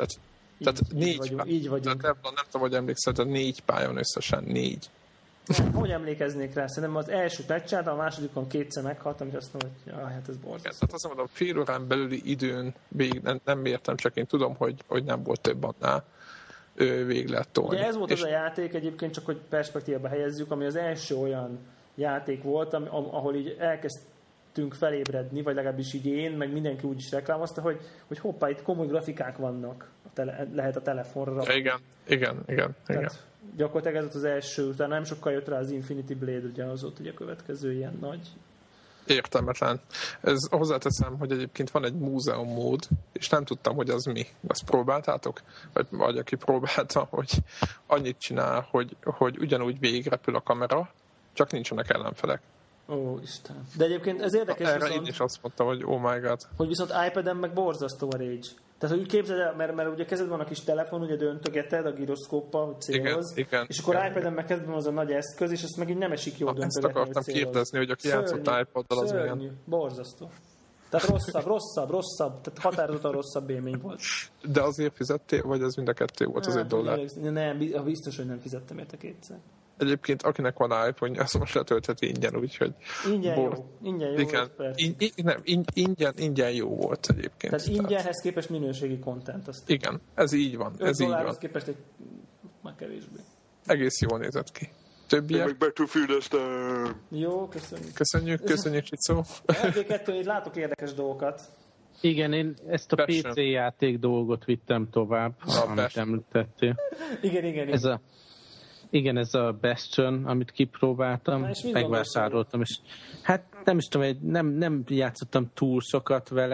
így vagyunk. Nem tudom, hogy emlékszel, de 4 pályán összesen 4. Hogy emlékeznék rá? Szerintem az első megcsináltam, a másodikon 2-szer meghaltam, és azt mondom, hogy hát ez borzasztó. Tehát azt mondom, fél órán belüli időn végig nem értem, csak én tudom, hogy nem volt több annál végig lehet tolni. Ugye ez volt az a játék egyébként, csak hogy perspektívába helyezzük, ami az első olyan játék volt, ahol így elkezdtünk felébredni, vagy legalábbis így én, meg mindenki úgy is reklámozta, hogy hoppá, itt komoly grafikák vannak, lehet a telefonra. Igen. Tehát gyakorlatilag ez az első, utána nem sokkal jött rá az Infinity Blade, ugye az ott ugye a következő ilyen nagy. Értelmetlen. Ez hozzáteszem, hogy egyébként van egy múzeum mód, és nem tudtam, hogy az mi. Azt próbáltátok? Vagy aki próbálta, hogy annyit csinál, hogy ugyanúgy végigrepül a kamera, csak nincsenek ellenfelek. Ó, Isten. De egyébként ez érdekes erre viszont, én is azt mondtam, hogy oh my god. Hogy viszont iPad-en meg borzasztó a Rage. Tehát, hogy úgy képzeld el, mert ugye kezedben van a kis telefon, ugye döntögeted a gyroszkóppal, hogy céloz, igen, és akkor iPad-en meg kezedben az a nagy eszköz, és azt meg így nem esik jól döntögetni, ezt akartam kérdezni, hogy aki játszott iPad-dal az milyen. Borzasztó. Tehát rosszabb, tehát határozottan rosszabb élmény volt. De azért fizettél, vagy ez mind a kettő volt az $1? Nem, biztos, hogy nem fizettem érte 2-szer. Egyébként akinek van iPhone, azt most letöltheti ingyen, úgyhogy... Ingyen jó igen, volt, ingyen jó volt egyébként. Tehát ingyenhez képest minőségi content. Igen, ez így van. $5 képest már kevésbé. Egész jól nézett ki. Többiek? Meg Battlefield-eztem. Jó, Köszönjük, Csicó. LB2-nél látok érdekes dolgokat. Igen, én ezt a PC játék dolgot vittem tovább, amit említettél. Igen. Ez a Bastion, amit kipróbáltam, megvásároltam, és hát nem is tudom, nem játszottam túl sokat vele,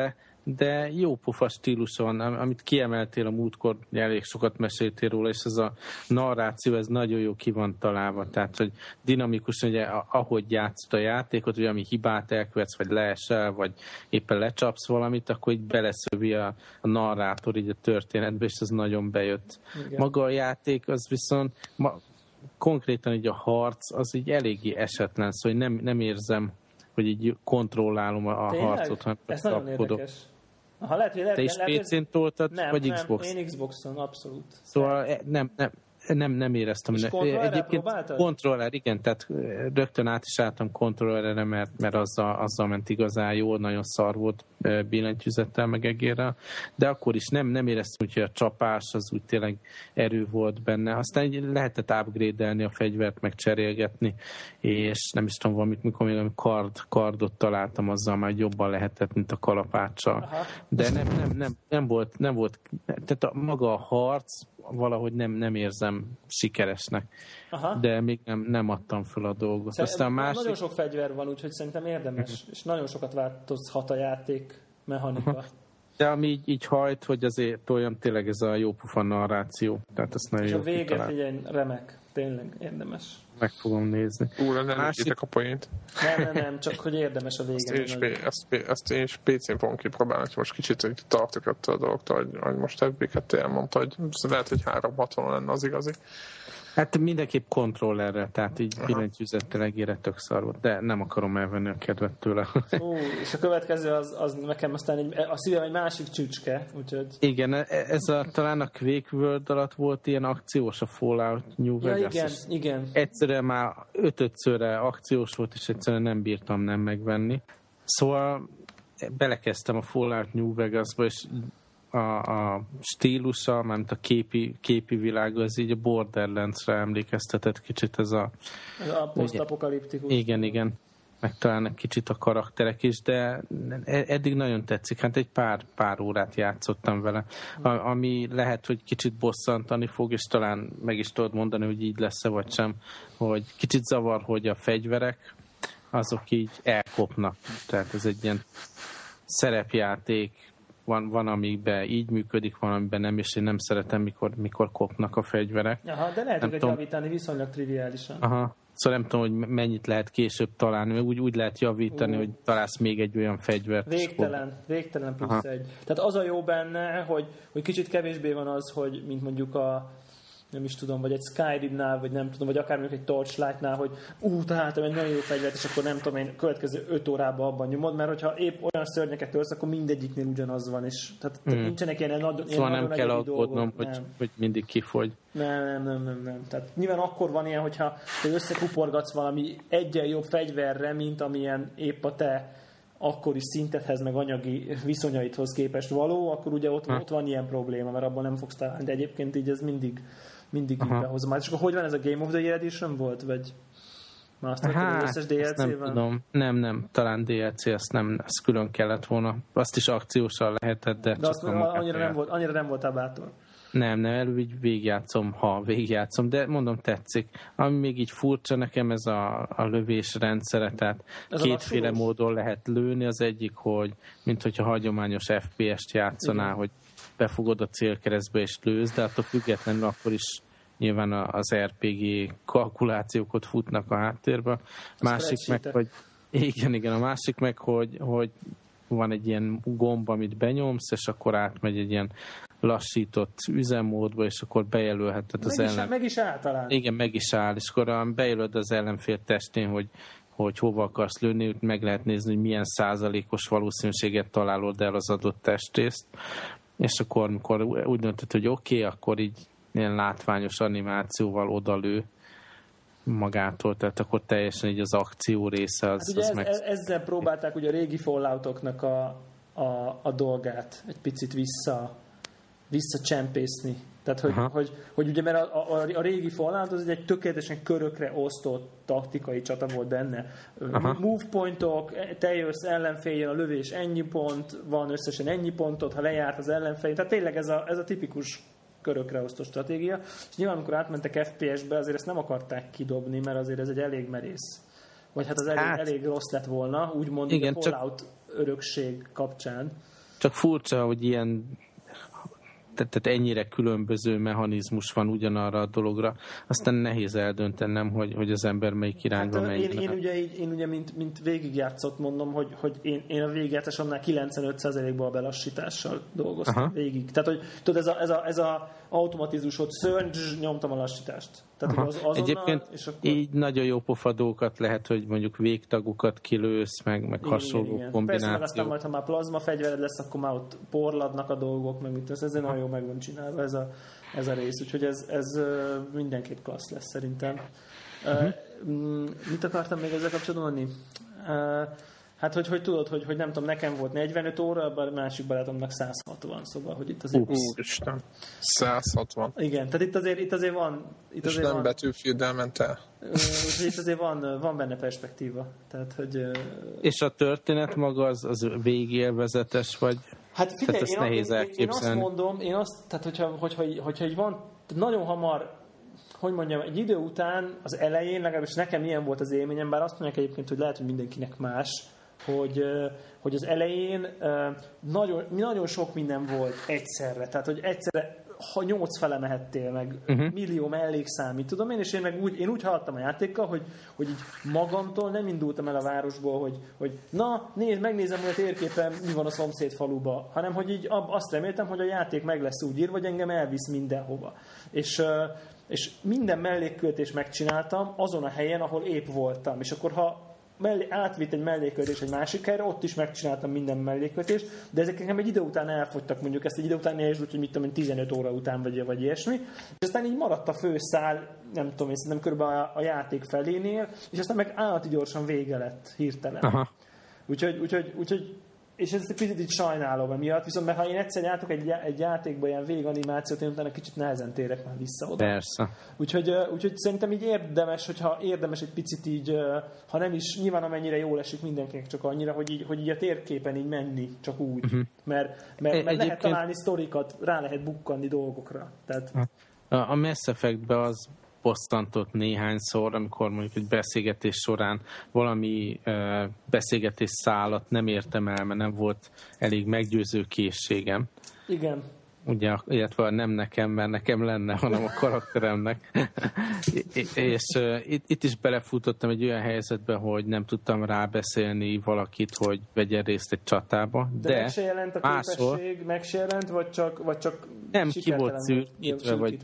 de jó pofa stílusa van, amit kiemeltél a múltkor, elég sokat meséltél róla, és ez a narráció, ez nagyon jó ki van találva, tehát, hogy dinamikus, ugye, ahogy játszod a játékot, hogy ami hibát elkövetsz, vagy leesel, vagy éppen lecsapsz valamit, akkor így beleszövi a narrátor így a történetbe, és ez nagyon bejött. Igen. Maga a játék, az viszont konkrétan így a harc, az így eléggé esetlen, szóval nem érzem, hogy így kontrollálom a harcot, hanem ez nagyon érdekes. Aha, lehet, hogy te is PC-n toltad, vagy Xbox? Nem, én Xboxon, abszolút. Szóval nem éreztem. És egyébként kontroller, igen, tehát rögtön át is álltam kontrollerre, mert azzal ment igazán jól, nagyon szar volt billentyűzettel, meg egérrel, de akkor is nem éreztem, hogy a csapás az úgy tényleg erő volt benne. Aztán lehetett upgrade-elni a fegyvert, meg cserélgetni, és nem is tudom valamit, mikor még kardot találtam, azzal már jobban lehetett, mint a kalapáccsal. Aha. De nem volt, tehát maga a harc valahogy nem érzem sikeresnek. Aha. De még nem adtam fel a dolgot. Aztán nagyon sok fegyver van, úgyhogy szerintem érdemes, és nagyon sokat változhat a játék mechanika. Aha. De ami így hajt, hogy azért olyan tényleg ez a jó pufa narráció. Tehát azt nagyon és jó a vége, figyelj, remek. Tényleg érdemes. Meg fogom nézni. Nem a poént. Nem, csak hogy érdemes a vége. Ezt én is PC-n fogom kipróbálni, hogy most kicsit tartok ettől a dologtól, hogy most FB2 elmondta, hogy lehet, hogy 360 lenne az igazi. Hát mindenképp kontrollerre, tehát így billentyűzettel egére tök szar volt, de nem akarom elvenni a kedvet tőle. És a következő az nekem aztán a szívem egy másik csücske, úgyhogy... Igen, talán a Quake World alatt volt ilyen akciós, a Fallout New Vegas. Ja, igen. Egyszerűen már 5-szörre akciós volt, és egyszerűen nem bírtam nem megvenni. Szóval belekezdtem a Fallout New Vegasba, és a stílusa, mármint a képi világa, az így a Borderlands-re emlékeztetett kicsit ez a posztapokaliptikus. Igen. Meg talán egy kicsit a karakterek is, de eddig nagyon tetszik. Hát egy pár órát játszottam vele. Ami lehet, hogy kicsit bosszantani fog, és talán meg is tudod mondani, hogy így lesz-e vagy sem, hogy kicsit zavar, hogy a fegyverek azok így elkopnak. Tehát ez egy ilyen szerepjáték, van amiben így működik, van amiben nem, és én nem szeretem, mikor kopnak a fegyverek. Aha, de lehet őket javítani viszonylag triviálisan. Aha. Szóval nem tudom, hogy mennyit lehet később találni, meg úgy lehet javítani, hogy találsz még egy olyan fegyvert. Végtelen plusz egy. Tehát az a jó benne, hogy kicsit kevésbé van az, hogy mint mondjuk nem is tudom, vagy egy Skyrimnál, vagy nem tudom, vagy akár mondjuk egy Torchlight-nál, hogy találtam egy nagyon jó fegyvert, és akkor nem tudom én következő 5 órában abban nyomod, mert hogyha épp olyan szörnyeket ölsz, akkor mindegyiknél ugyanaz van, és tehát nincsenek ilyen szóval nem kell aggódnom, hogy mindig kifogy. Nem. Tehát nyilván akkor van ilyen, hogyha te összekuporgatsz valami egyen jobb fegyverre, mint amilyen épp a te akkori szintethez, meg anyagi viszonyaidhoz képest való, akkor ugye ott van ilyen probléma, mert abban nem fogsz találni, de egyébként így ez mindig így behozom. És akkor hogy van ez a Game of the Year Edition volt? Vagy Master összes DLC-vel? Nem tudom. Nem. Talán DLC, ezt külön kellett volna. Azt is akciósan lehetett, de azt annyira nem voltál bátor. Nem, így végigjátszom, de mondom, tetszik. Ami még így furcsa nekem, ez a lövés rendszere, tehát kétféle módon lehet lőni. Az egyik, hogy mint hogyha hagyományos FPS-t játszanál, hogy befogod a célkeresztbe és lősz, de attól függetlenül akkor is nyilván az RPG kalkulációkat futnak a háttérbe. Másik meg, hogy igen, a másik meg, hogy van egy ilyen gomb, amit benyomsz, és akkor átmegy egy ilyen lassított üzemmódba, és akkor bejelölheted az ellen. Meg is áll talán. Igen, meg is áll, és akkor bejelöled az ellenfél testén, hogy hova akarsz lőni, meg lehet nézni, hogy milyen százalékos valószínűséget találod el az adott testrészt, és akkor amikor úgy döntöd, hogy oké, akkor így ilyen látványos animációval odalő magától, tehát akkor teljesen így az akció része az, hát ugye ezzel próbálták ugye a régi Falloutoknak a dolgát egy picit visszacsempészni. Tehát, hogy ugye, mert a régi Fallout az egy tökéletesen körökre osztott taktikai csata volt benne. Move pointok, te jössz, ellenfél jön, a lövés ennyi pont, van összesen ennyi pontot, ha lejárt az ellenfél. Tehát tényleg ez a tipikus körökre osztott stratégia. És nyilván, amikor átmentek FPS-be, azért ezt nem akarták kidobni, mert azért ez egy elég merész. Vagy hát az elég rossz lett volna, úgymond igen, a Fallout örökség kapcsán. Csak furcsa, hogy ilyen tehát ennyire különböző mechanizmus van ugyanarra a dologra, aztán nehéz eldöntenem, hogy az ember melyik irányba megy. Én ugye mint végigjátszott mondom, hogy én a végigjátszásomnál 95%-ban a belassítással dolgoztam végig. Tehát, hogy tudod, ez a automatizmusod nyomtam a lassítást. Tehát, hogy azonnal, egyébként és akkor... így nagyon jó pofadókat lehet, hogy mondjuk végtagokat kilősz, meg hasonló kombináció. Persze, meg aztán majd, ha már plazma fegyvered lesz, akkor már ott porladnak a dolgok, meg mit ez nagyon jó meg van csinálva ez a rész. Úgyhogy ez mindenképp klassz lesz szerintem. Mit akartam még ezzel kapcsolatban mondani? Hát, hogy tudod, hogy nem tudom, nekem volt 45 óra, a másik barátomnak 160, szóval, hogy itt azért... Úristen, 160. Igen, tehát itt azért van... És nem Battlefield-del ment el. Itt azért van benne perspektíva. Tehát, hogy... És a történet maga az végélvezetes, vagy... Hát figyelj, ezt nehéz elképzelni. Én azt tehát hogyha így van, nagyon hamar, hogy mondjam, egy idő után az elején, legalábbis nekem ilyen volt az élményem, bár azt mondják egyébként, hogy lehet, hogy mindenkinek más, hogy az elején nagyon sok minden volt egyszerre. Tehát, hogy egyszerre, ha 8 fele mehettél, meg millió mellékszám, tudom én, és én úgy haladtam a játékkal, hogy így magamtól nem indultam el a városból, hogy na, megnézem, hogy a térképen mi van a szomszéd faluba, hanem hogy így azt reméltem, hogy a játék meg lesz úgy írva, hogy engem elvisz mindenhova. És minden mellékköltést megcsináltam azon a helyen, ahol épp voltam. És akkor, ha átvitt egy mellékköltés egy másik helyre, ott is megcsináltam minden mellékköltést, de ezek nekem egy idő után elfogytak, mondjuk ezt egy idő után nehéz, hogy mit tudom, 15 óra után vagy ilyesmi, és aztán így maradt a főszál, nem tudom én, szerintem körülbelül a játék felénél, és aztán meg állati gyorsan vége lett hirtelen. Aha. Úgyhogy és ezt egy picit így sajnálom emiatt, viszont mert ha én egyszer jártok egy játékba ilyen véganimációt, én utána kicsit nehezen térek már vissza oda. Persze. Úgyhogy szerintem így érdemes egy picit így, ha nem is, nyilván amennyire jól esik mindenkinek, csak annyira, hogy így a térképen így menni, csak úgy. Mert lehet találni sztorikat, rá lehet bukkanni dolgokra. Tehát... A Mass Effect-ben az bosszantott néhányszor, amikor mondjuk egy beszélgetés során valami beszélgetés szálat nem értem el, mert nem volt elég meggyőző készségem. Igen. Ugye, illetve nem nekem, mert nekem lenne, hanem a karakteremnek. És itt is belefutottam egy olyan helyzetbe, hogy nem tudtam rábeszélni valakit, hogy vegyen részt egy csatába. De meg se jelent a képesség, meg se jelent, vagy csak nem, ki volt szűrítve, vagy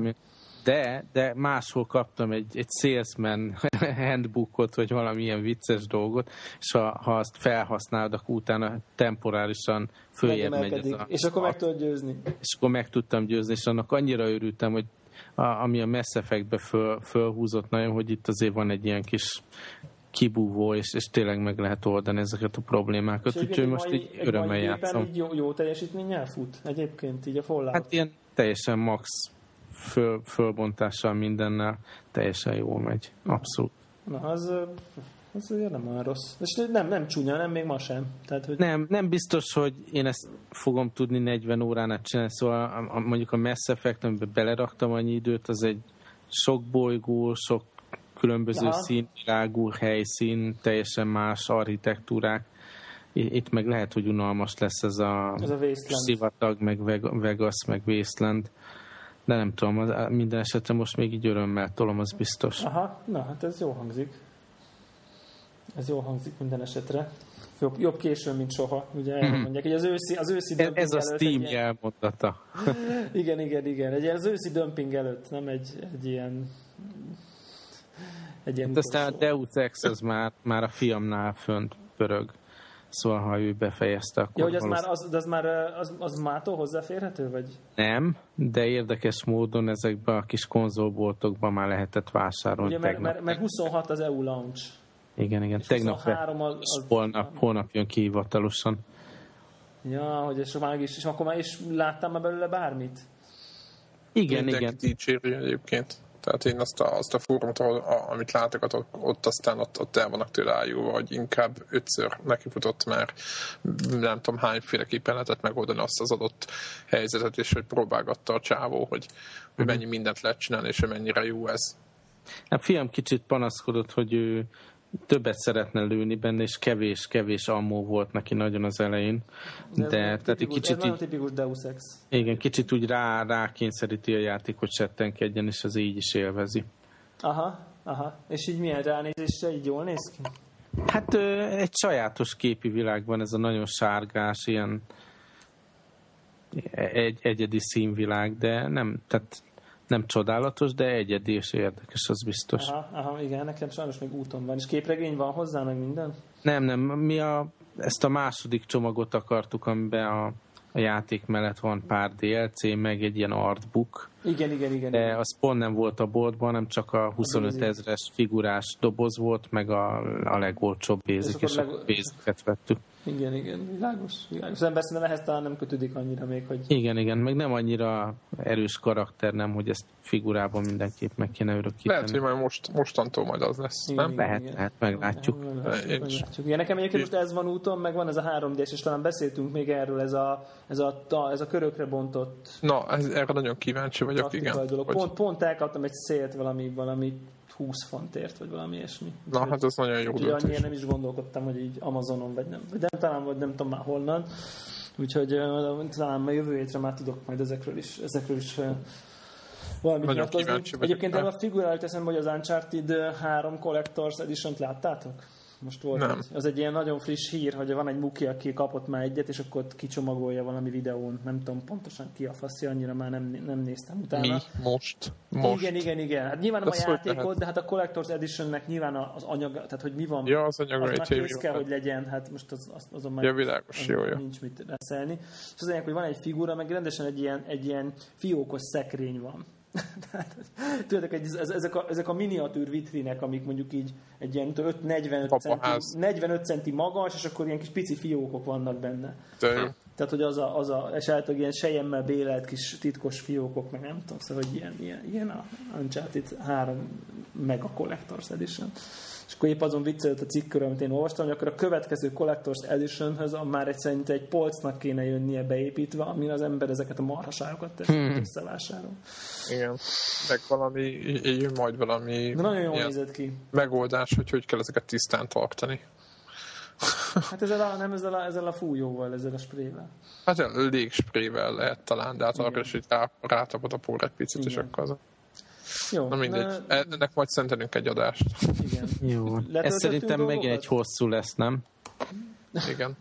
de máshol kaptam egy salesman handbookot, vagy valamilyen vicces dolgot, és ha azt felhasználod, akkor utána temporálisan följebb megy. És akkor meg tudod győzni. És akkor meg tudtam győzni, és annak annyira örültem, hogy ami a Mass Effect-be fölhúzott nagyon, hogy itt azért van egy ilyen kis kibúvó, és tényleg meg lehet oldani ezeket a problémákat. Úgyhogy most így örömmel játszom. Így jó teljesítménnyel fut egyébként, így a Fallout? Hát ilyen teljesen max fölbontással mindennel teljesen jól megy. Abszolút. Na, az azért nem olyan rossz. És nem csúnya, nem még ma sem. Tehát, hogy... Nem biztos, hogy én ezt fogom tudni 40 órán át csinálni, szóval mondjuk a Mass Effect, amiben beleraktam annyi időt, az egy sok bolygó, sok különböző színvilágú helyszín, teljesen más architektúrák. Itt meg lehet, hogy unalmas lesz ez a szivatag, meg Vegas, meg Wasteland. De nem tudom, minden esetre most még így örömmel tolom, az biztos. Aha, na hát ez jó hangzik. Ez jó hangzik minden esetre. Jobb későn, mint soha. Ugye mondják, hogy az őszi dömping ez a Steam jelmondata. Igen. Az őszi dömping előtt, nem egy ilyen hát aztán a Deus Ex az már a fiamnál fönt pörög. Szóval, ha ő befejezte, akkor... Ja, hogy az mától hozzáférhető, vagy? Nem, de érdekes módon ezekben a kis konzolboltokban már lehetett vásárolni. Ugye, mert 26 az EU launch. Igen. Tegnap holnap jön ki hivatalosan. Ja, hogy és akkor már is láttam már belőle bármit? Igen. Mindenki dicséri egyébként. Tehát én azt a fórumot, amit látogatok, ott aztán ott el vannak tőle ájulva, hogy inkább 5-ször nekifutott már nem tudom hányféleképpen lehetett megoldani azt az adott helyzetet, és hogy próbálgatta a csávó, hogy mennyi mindent lehet csinálni, és hogy mennyire jó ez. A fiam kicsit panaszkodott, hogy ő többet szeretne lőni benne, és kevés ammó volt neki nagyon az elején. De tehát egy kicsit így, tipikus Deus Ex. Igen, kicsit úgy rákényszeríti a játék, hogy settenkedjen, és az így is élvezi. Aha. És így milyen ránézésre, így jól néz ki? Hát egy sajátos képi világban ez a nagyon sárgás, ilyen egy egyedi színvilág, de nem csodálatos, de egyedi és érdekes, az biztos. Aha, igen, nekem sajnos még úton van. És képregény van hozzá, meg minden? Nem, mi ezt a második csomagot akartuk, amiben a játék mellett van pár DLC, meg egy ilyen artbook. Igen. De az pont nem volt a boltban, nem csak a 25 000-es figurás doboz volt, meg a legolcsóbb basic, és a basic-et vettük. Igen, világos. Az ember szerintem ehhez talán nem kötődik annyira még, hogy... Igen, meg nem annyira erős karakter, nem, hogy ezt figurában mindenképp meg kéne örökíteni. Lehet, hogy majd mostantól majd az lesz, nem? Lehet, meglátjuk. Igen, nekem egyébként most ez van úton, meg van ez a 3D-s, és talán beszéltünk még erről, ez a körökre bontott... Na, erre nagyon kíváncsi vagyok, igen. Pont elkaptam egy szélt valami 20 fontért, vagy valami ilyesmi. Na, hát ez nagyon jó döntés. Annyira nem is gondolkodtam, hogy így Amazonon, vagy nem tudom már honnan. Úgyhogy talán már jövő hétre már tudok majd ezekről is valamit nagyon nyilatkozni. kíváncsi vagyok. Egyébként erről a figurált eszembe, hogy az Uncharted 3 Collector's Edition-t láttátok? Most volt nem. Az egy ilyen nagyon friss hír, hogy van egy muki, aki kapott már egyet, és akkor kicsomagolja valami videón. Nem tudom pontosan ki a faszja, annyira már nem néztem utána. Mi? Most? Igen. Hát nyilván a játékot, de hát a Collector's Editionnek nyilván az anyaga, tehát hogy mi van, ja, az anyaga az már kész kell, hogy legyen, hát most azon már világos, jó. Nincs mit beszélni. És az anyag, hogy van egy figura, meg rendesen egy ilyen fiókos szekrény van. Tudjátok, ezek a miniatűr vitrinek, amik mondjuk így egy ilyen 45 centi magas, és akkor ilyen kis pici fiókok vannak benne. Tehát, hogy és általában ilyen selyemmel bélelt kis titkos fiókok, meg nem tudom, szóval, hogy ilyen a Uncharted 3 Mega Collector's Edition. És akkor épp azon viccelődött a cikkről, amit én olvastam, hogy akkor a következő Collector's Editionhöz már szerint egy polcnak kéne jönnie beépítve, amin az ember ezeket a marhaságokat összevásárol. Igen. Meg jön majd valami de nagyon jól nézett ki. Megoldás, hogy kell ezeket tisztán tartani. Hát ezzel a fújóval, ezzel a sprével. Hát légsprével lehet talán, de hát arra is, hogy rátapod a por egy picit, és akkor az. Jó. Na mindegy. Ennek majd szentelünk egy adást. Igen. Jó. Ez szerintem megint egy hosszú lesz, nem? Igen.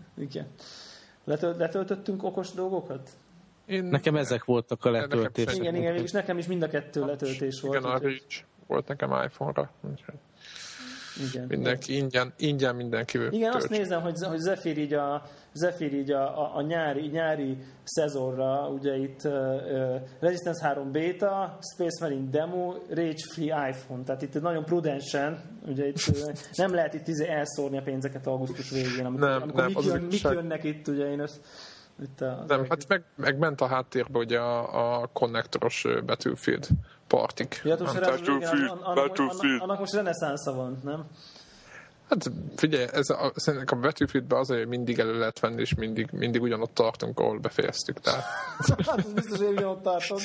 Letöltöttünk okos dolgokat? Nekem ezek voltak a letöltések. Igen, és nekem is mind a kettő letöltés volt. Igen, a Reach volt nekem iPhone-ra. Igen. Mindenki ingyen mindenkivel. Igen, azt nézem, hogy Zephyr így a nyári szezonra, ugye itt Resistance 3 Beta, Space Marine Demo, Rage Free iPhone. Tehát itt nagyon prudensen, ugye itt nem lehet itt elszórni a pénzeket augusztus végén, amikor mik jönnek itt, ugye én nem, hát megment a háttérbe ugye a konnektoros Battlefield partik. Ja, annak most reneszánsza van, nem? Hát figyelj, szerintem a Battlefieldben azért mindig elő lehet venni, és mindig ugyanott tartunk, ahol befejeztük. Tehát. Hát ez biztos, hogy ugyanott tartunk.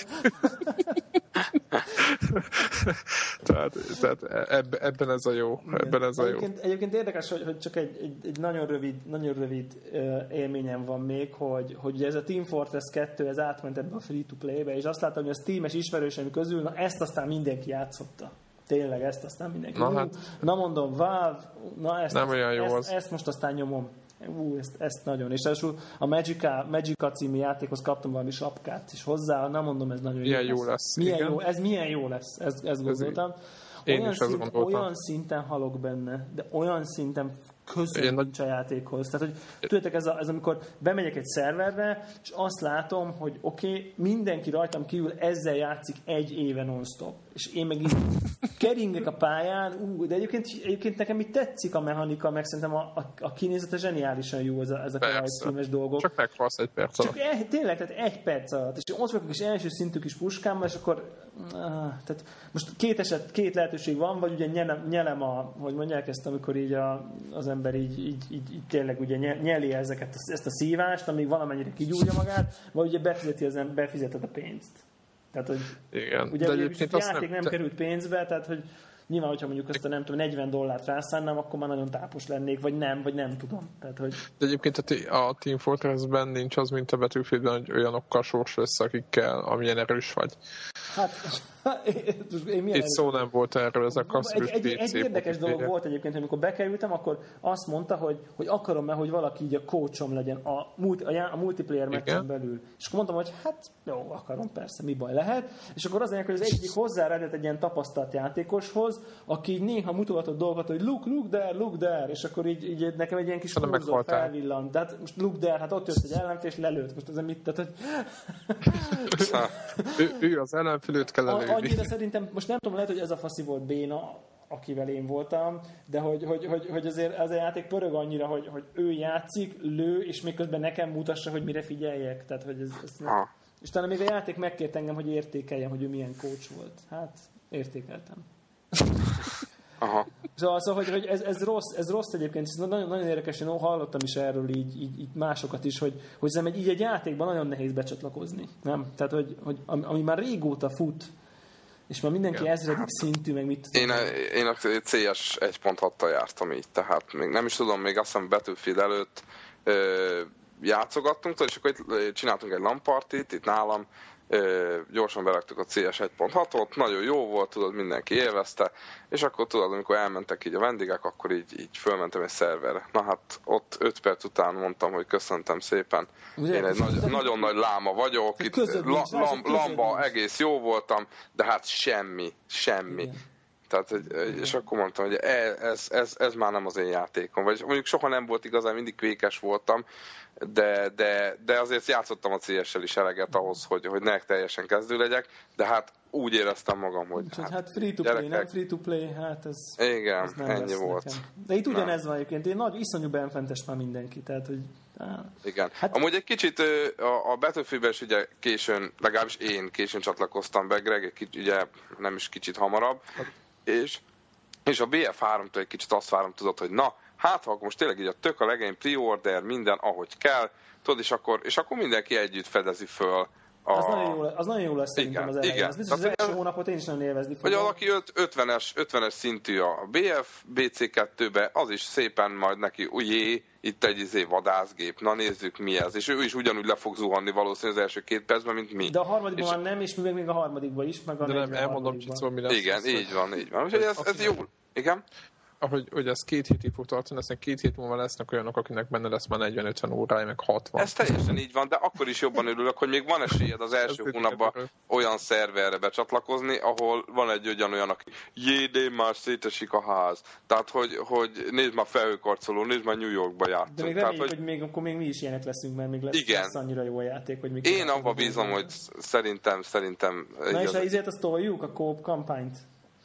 tehát ebben ez a jó. Egyébként érdekes, hogy csak egy nagyon rövid élményem van még, hogy ugye ez a Team Fortress 2, ez átment ebbe a free-to-play-be, és azt láttam, hogy a Steam-es ismerőseim közül, ezt aztán mindenki játszotta. Tényleg, ezt aztán mindenki. Na mondom, Valve, ezt most aztán nyomom. Ezt nagyon. És a Magica című játékhoz kaptam valami sapkát is hozzá, na mondom, ez nagyon jó lesz. Milyen jó lesz, ezt gondoltam. Olyan szinten halok benne, de olyan szinten közül nincs a játékhoz. Tehát, hogy tudjátok, ez amikor bemegyek egy szerverre, és azt látom, hogy oké, mindenki rajtam kívül ezzel játszik egy éve non-stop. És én meg így keringek a pályán, de egyébként nekem így tetszik a mechanika, meg szerintem a kinézete zseniálisan jó ezek a livestreames dolgok. Csak meghalsz egy perc alatt. Tényleg, tehát egy perc alatt. És ott vagyok a kis első szintű kis puskámmal, és akkor tehát most két lehetőség van, vagy ugye nyelem hogy mondják ezt, amikor így az ember így tényleg ugye nyeli ezt a szívást, amíg valamennyire kigyúrja magát, vagy ugye befizeted a pénzt. Tehát, hogy igen, ugye a játék nem került pénzbe, tehát, hogy Nyilván, hogyha mondjuk azt a nem tudom, $40 rászánnám, akkor már nagyon tápos lennék, vagy nem tudom. Tehát, hogy... De egyébként a Team Fortress-ben nincs az, mint a Battlefieldben, hogy olyanokkal sors lesz, akikkel, amilyen erős vagy. Hát, itt szó nem volt erről, ez a klasszikus egy érdekes dolog volt egyébként, amikor bekerültem, akkor azt mondta, hogy akarom-e, hogy valaki így a coachom legyen a multiplayer meccsen belül. És akkor mondtam, hogy hát jó, akarom, persze, mi baj lehet. És akkor az hogy az egyik hozzárendet egy ilyen tapasztalt játékoshoz, aki így néha mutogatott dolgokat, hogy look there, és akkor így nekem egy ilyen kis húzó felvillant. De hát most look there, hát ott jött egy ellenfél, és lelőtt. Most ezen mit tett, hogy... ő az ellenfélőt kell lelőni. Annyira szerintem, most nem tudom, lehet, hogy ez a faszi volt Béna, akivel én voltam, de hogy azért az a játék pörög annyira, hogy ő játszik, lő, és még közben nekem mutassa, hogy mire figyeljek. Tehát, hogy ez és talán még a játék megkért engem, hogy értékeljem, hogy ő milyen coach volt. Hát, értékeltem. Aha. Szóval hogy ez rossz egyébként, nagyon, nagyon érdekes, én hallottam is erről így másokat is, hogy így egy játékban nagyon nehéz becsatlakozni. Nem? Tehát, hogy ami már régóta fut, és már mindenki ezredik szintű, meg mit tudom. Én a CS 1.6-tal jártam így, tehát még nem is tudom, még azt hiszem Battlefield előtt játszogattunk, és akkor itt csináltunk egy LAN-partit itt nálam, gyorsan beraktuk a CS 1.6-ot, nagyon jó volt, tudod, mindenki élvezte, és akkor tudod, amikor elmentek így a vendégek, akkor így fölmentem egy szerverre. Na hát ott 5 perc után mondtam, hogy köszöntem szépen. Ugye? Én egy nagyon nagy láma vagyok, itt lamba egész jó voltam, de hát semmi. Igen. Tehát, és akkor mondtam, hogy ez már nem az én játékom. Vagy mondjuk soha nem volt igazán, mindig kvékes voltam, de azért játszottam a CS-sel is eleget ahhoz, hogy ne teljesen kezdő legyek, de hát úgy éreztem magam, hogy hát free to play, nem free to play, hát ez... Igen, ez nem ennyi volt. Nekem. De itt ugyanez van egyébként, én nagy iszonyú benfentes már mindenki, tehát hogy... Igen. Hát... Amúgy egy kicsit a Battlefieldben is ugye későn, legalábbis én későn csatlakoztam be, Greg ugye nem is kicsit hamarabb, és a BF3-től egy kicsit azt várom, tudod, hogy na, hát ha most tényleg így a tök a legény pre-order, minden ahogy kell, tudod, és akkor mindenki együtt fedezi föl. Az nagyon jó lesz szerintem az elején. Az biztos, az első hónapot én is nagyon élvezni fogom. Vagy valaki 50-es szintű a BC2-be, az is szépen majd neki, itt egy vadászgép, na nézzük mi ez. És ő is ugyanúgy le fog zuhanni valószínűleg az első 2 percben, mint mi. De a harmadikban már nem, és még a harmadikban is, meg a nem elmondom, Csicó, mi lesz. Igen, így van. Úgyhogy ez jó. Igen? Hogy ez 2 hétig fog tartani, aztán 2 hét múlva lesznek olyanok, akinek benne lesz már 40-50 órája, meg 60. Ez teljesen így van, de akkor is jobban örülök, hogy még van esélyed az első hónapban olyan szerverre becsatlakozni, ahol van egy olyan, aki de már szétesik a ház. Tehát, hogy nézd már felhőkarcoló, nézd már New Yorkba jártunk. De még reméljük, hogy még, akkor még mi is ilyenek leszünk, mert még lesz annyira jó játék, hogy még... Én abba bízom, hogy szerintem... Na és ezért azt toljuk, a co-op kampányt?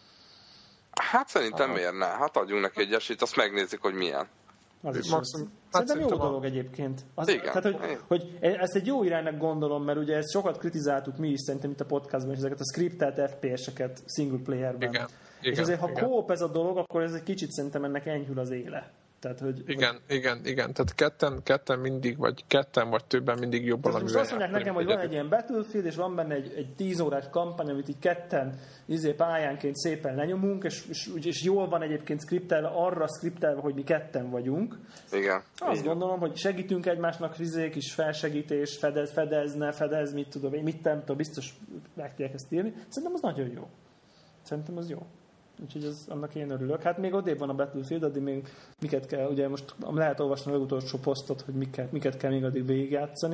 Hát szerintem miért ne? Hát adjunk neki egy esélyt, azt megnézzük, hogy milyen. Szerintem jó dolog egyébként. Igen. Tehát, hogy ezt egy jó iránynak gondolom, mert ugye ezt sokat kritizáltuk mi is szerintem itt a podcastban, és ezeket a scriptelt FPS-eket single playerben. Igen. És azért, ha co-op ez a dolog, akkor ez egy kicsit szerintem ennek enyhül az éle. Tehát, hogy, igen. Tehát ketten mindig, vagy ketten, vagy többen mindig jobban, amivel... Most azt mondják nekem, hogy van egy ilyen Battlefield, és van benne egy 10 órás kampány, amit így ketten pályánként szépen lenyomunk, és jól van egyébként skriptelve, hogy mi ketten vagyunk. Igen. Azt gondolom, hogy segítünk egymásnak, kis felsegítés, fedez, mit tudom én, mit nem tudom, biztos meg tudják ezt írni. Szerintem az nagyon jó. Szerintem az jó. Úgyhogy annak én örülök. Hát még odébb van a Battlefield, addig még miket kell, ugye most lehet olvasni a legutolsó posztot, hogy miket kell még addig végigjátszani.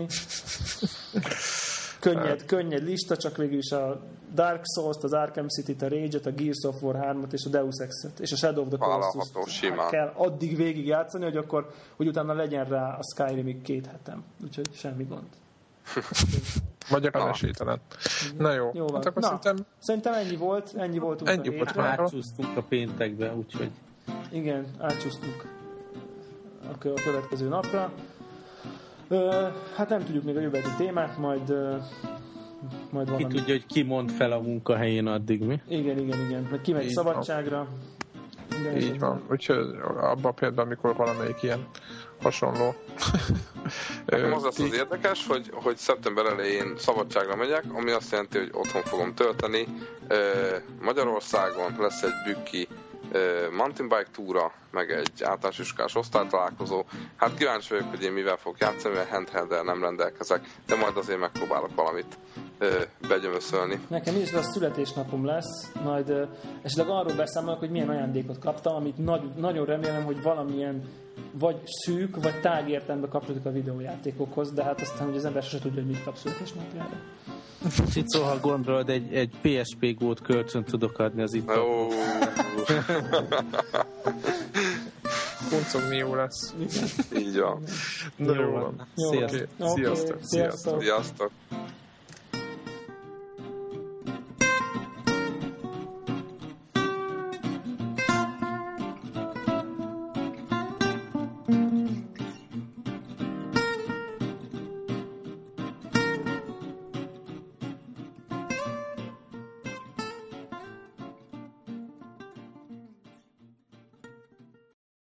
Könnyed lista, csak végül is a Dark Souls-t, az Arkham City-t, a Rage-et, a Gears of War 3-at és a Deus Ex-et, és a Shadow of the Colossus-t kell addig végigjátszani, hogy utána legyen rá a Skyrim-ig 2 hetem. Úgyhogy semmi gond. Magyarán esélytelen. Na jó. Hát akkor szerintem ennyi volt. Ennyi volt. Átcsúsztunk a péntekbe, úgyhogy... Igen, átcsúsztunk a következő napra. Hát nem tudjuk még a jövő témát, majd valami... Ki tudja, hogy ki mond fel a munkahelyén addig, mi? Igen. Meg kimegy szabadságra. Így van. Úgyhogy abban például, amikor valamelyik ilyen hasonló Nekem az lesz az érdekes, hogy szeptember elején szabadságra megyek, ami azt jelenti, hogy otthon fogom tölteni. Magyarországon lesz egy bükki mountain bike túra, meg egy általános iskolás osztálytalálkozó. Hát kíváncsi vagyok, hogy én mivel fogok játszani, mert handhelddel nem rendelkezek, de majd azért megpróbálok valamit begyömöszölni. Nekem is a születésnapom lesz, majd esetleg arról beszámolok, hogy milyen ajándékot kaptam, amit nagyon remélem, hogy valamilyen vagy szűk, vagy tág értelemben kapcsolódik a videójátékokhoz, de hát aztán hogy az ember sose tudja, hogy mit kap születésnapjára. Cicó, ha gondolod, egy PSP Go-t kölcsön tudok adni az itt. Oh. Kuncogni jó lesz. Így van. Na jó van. Sziasztok. Okay. Sziasztok. Sziasztok. Sziasztok.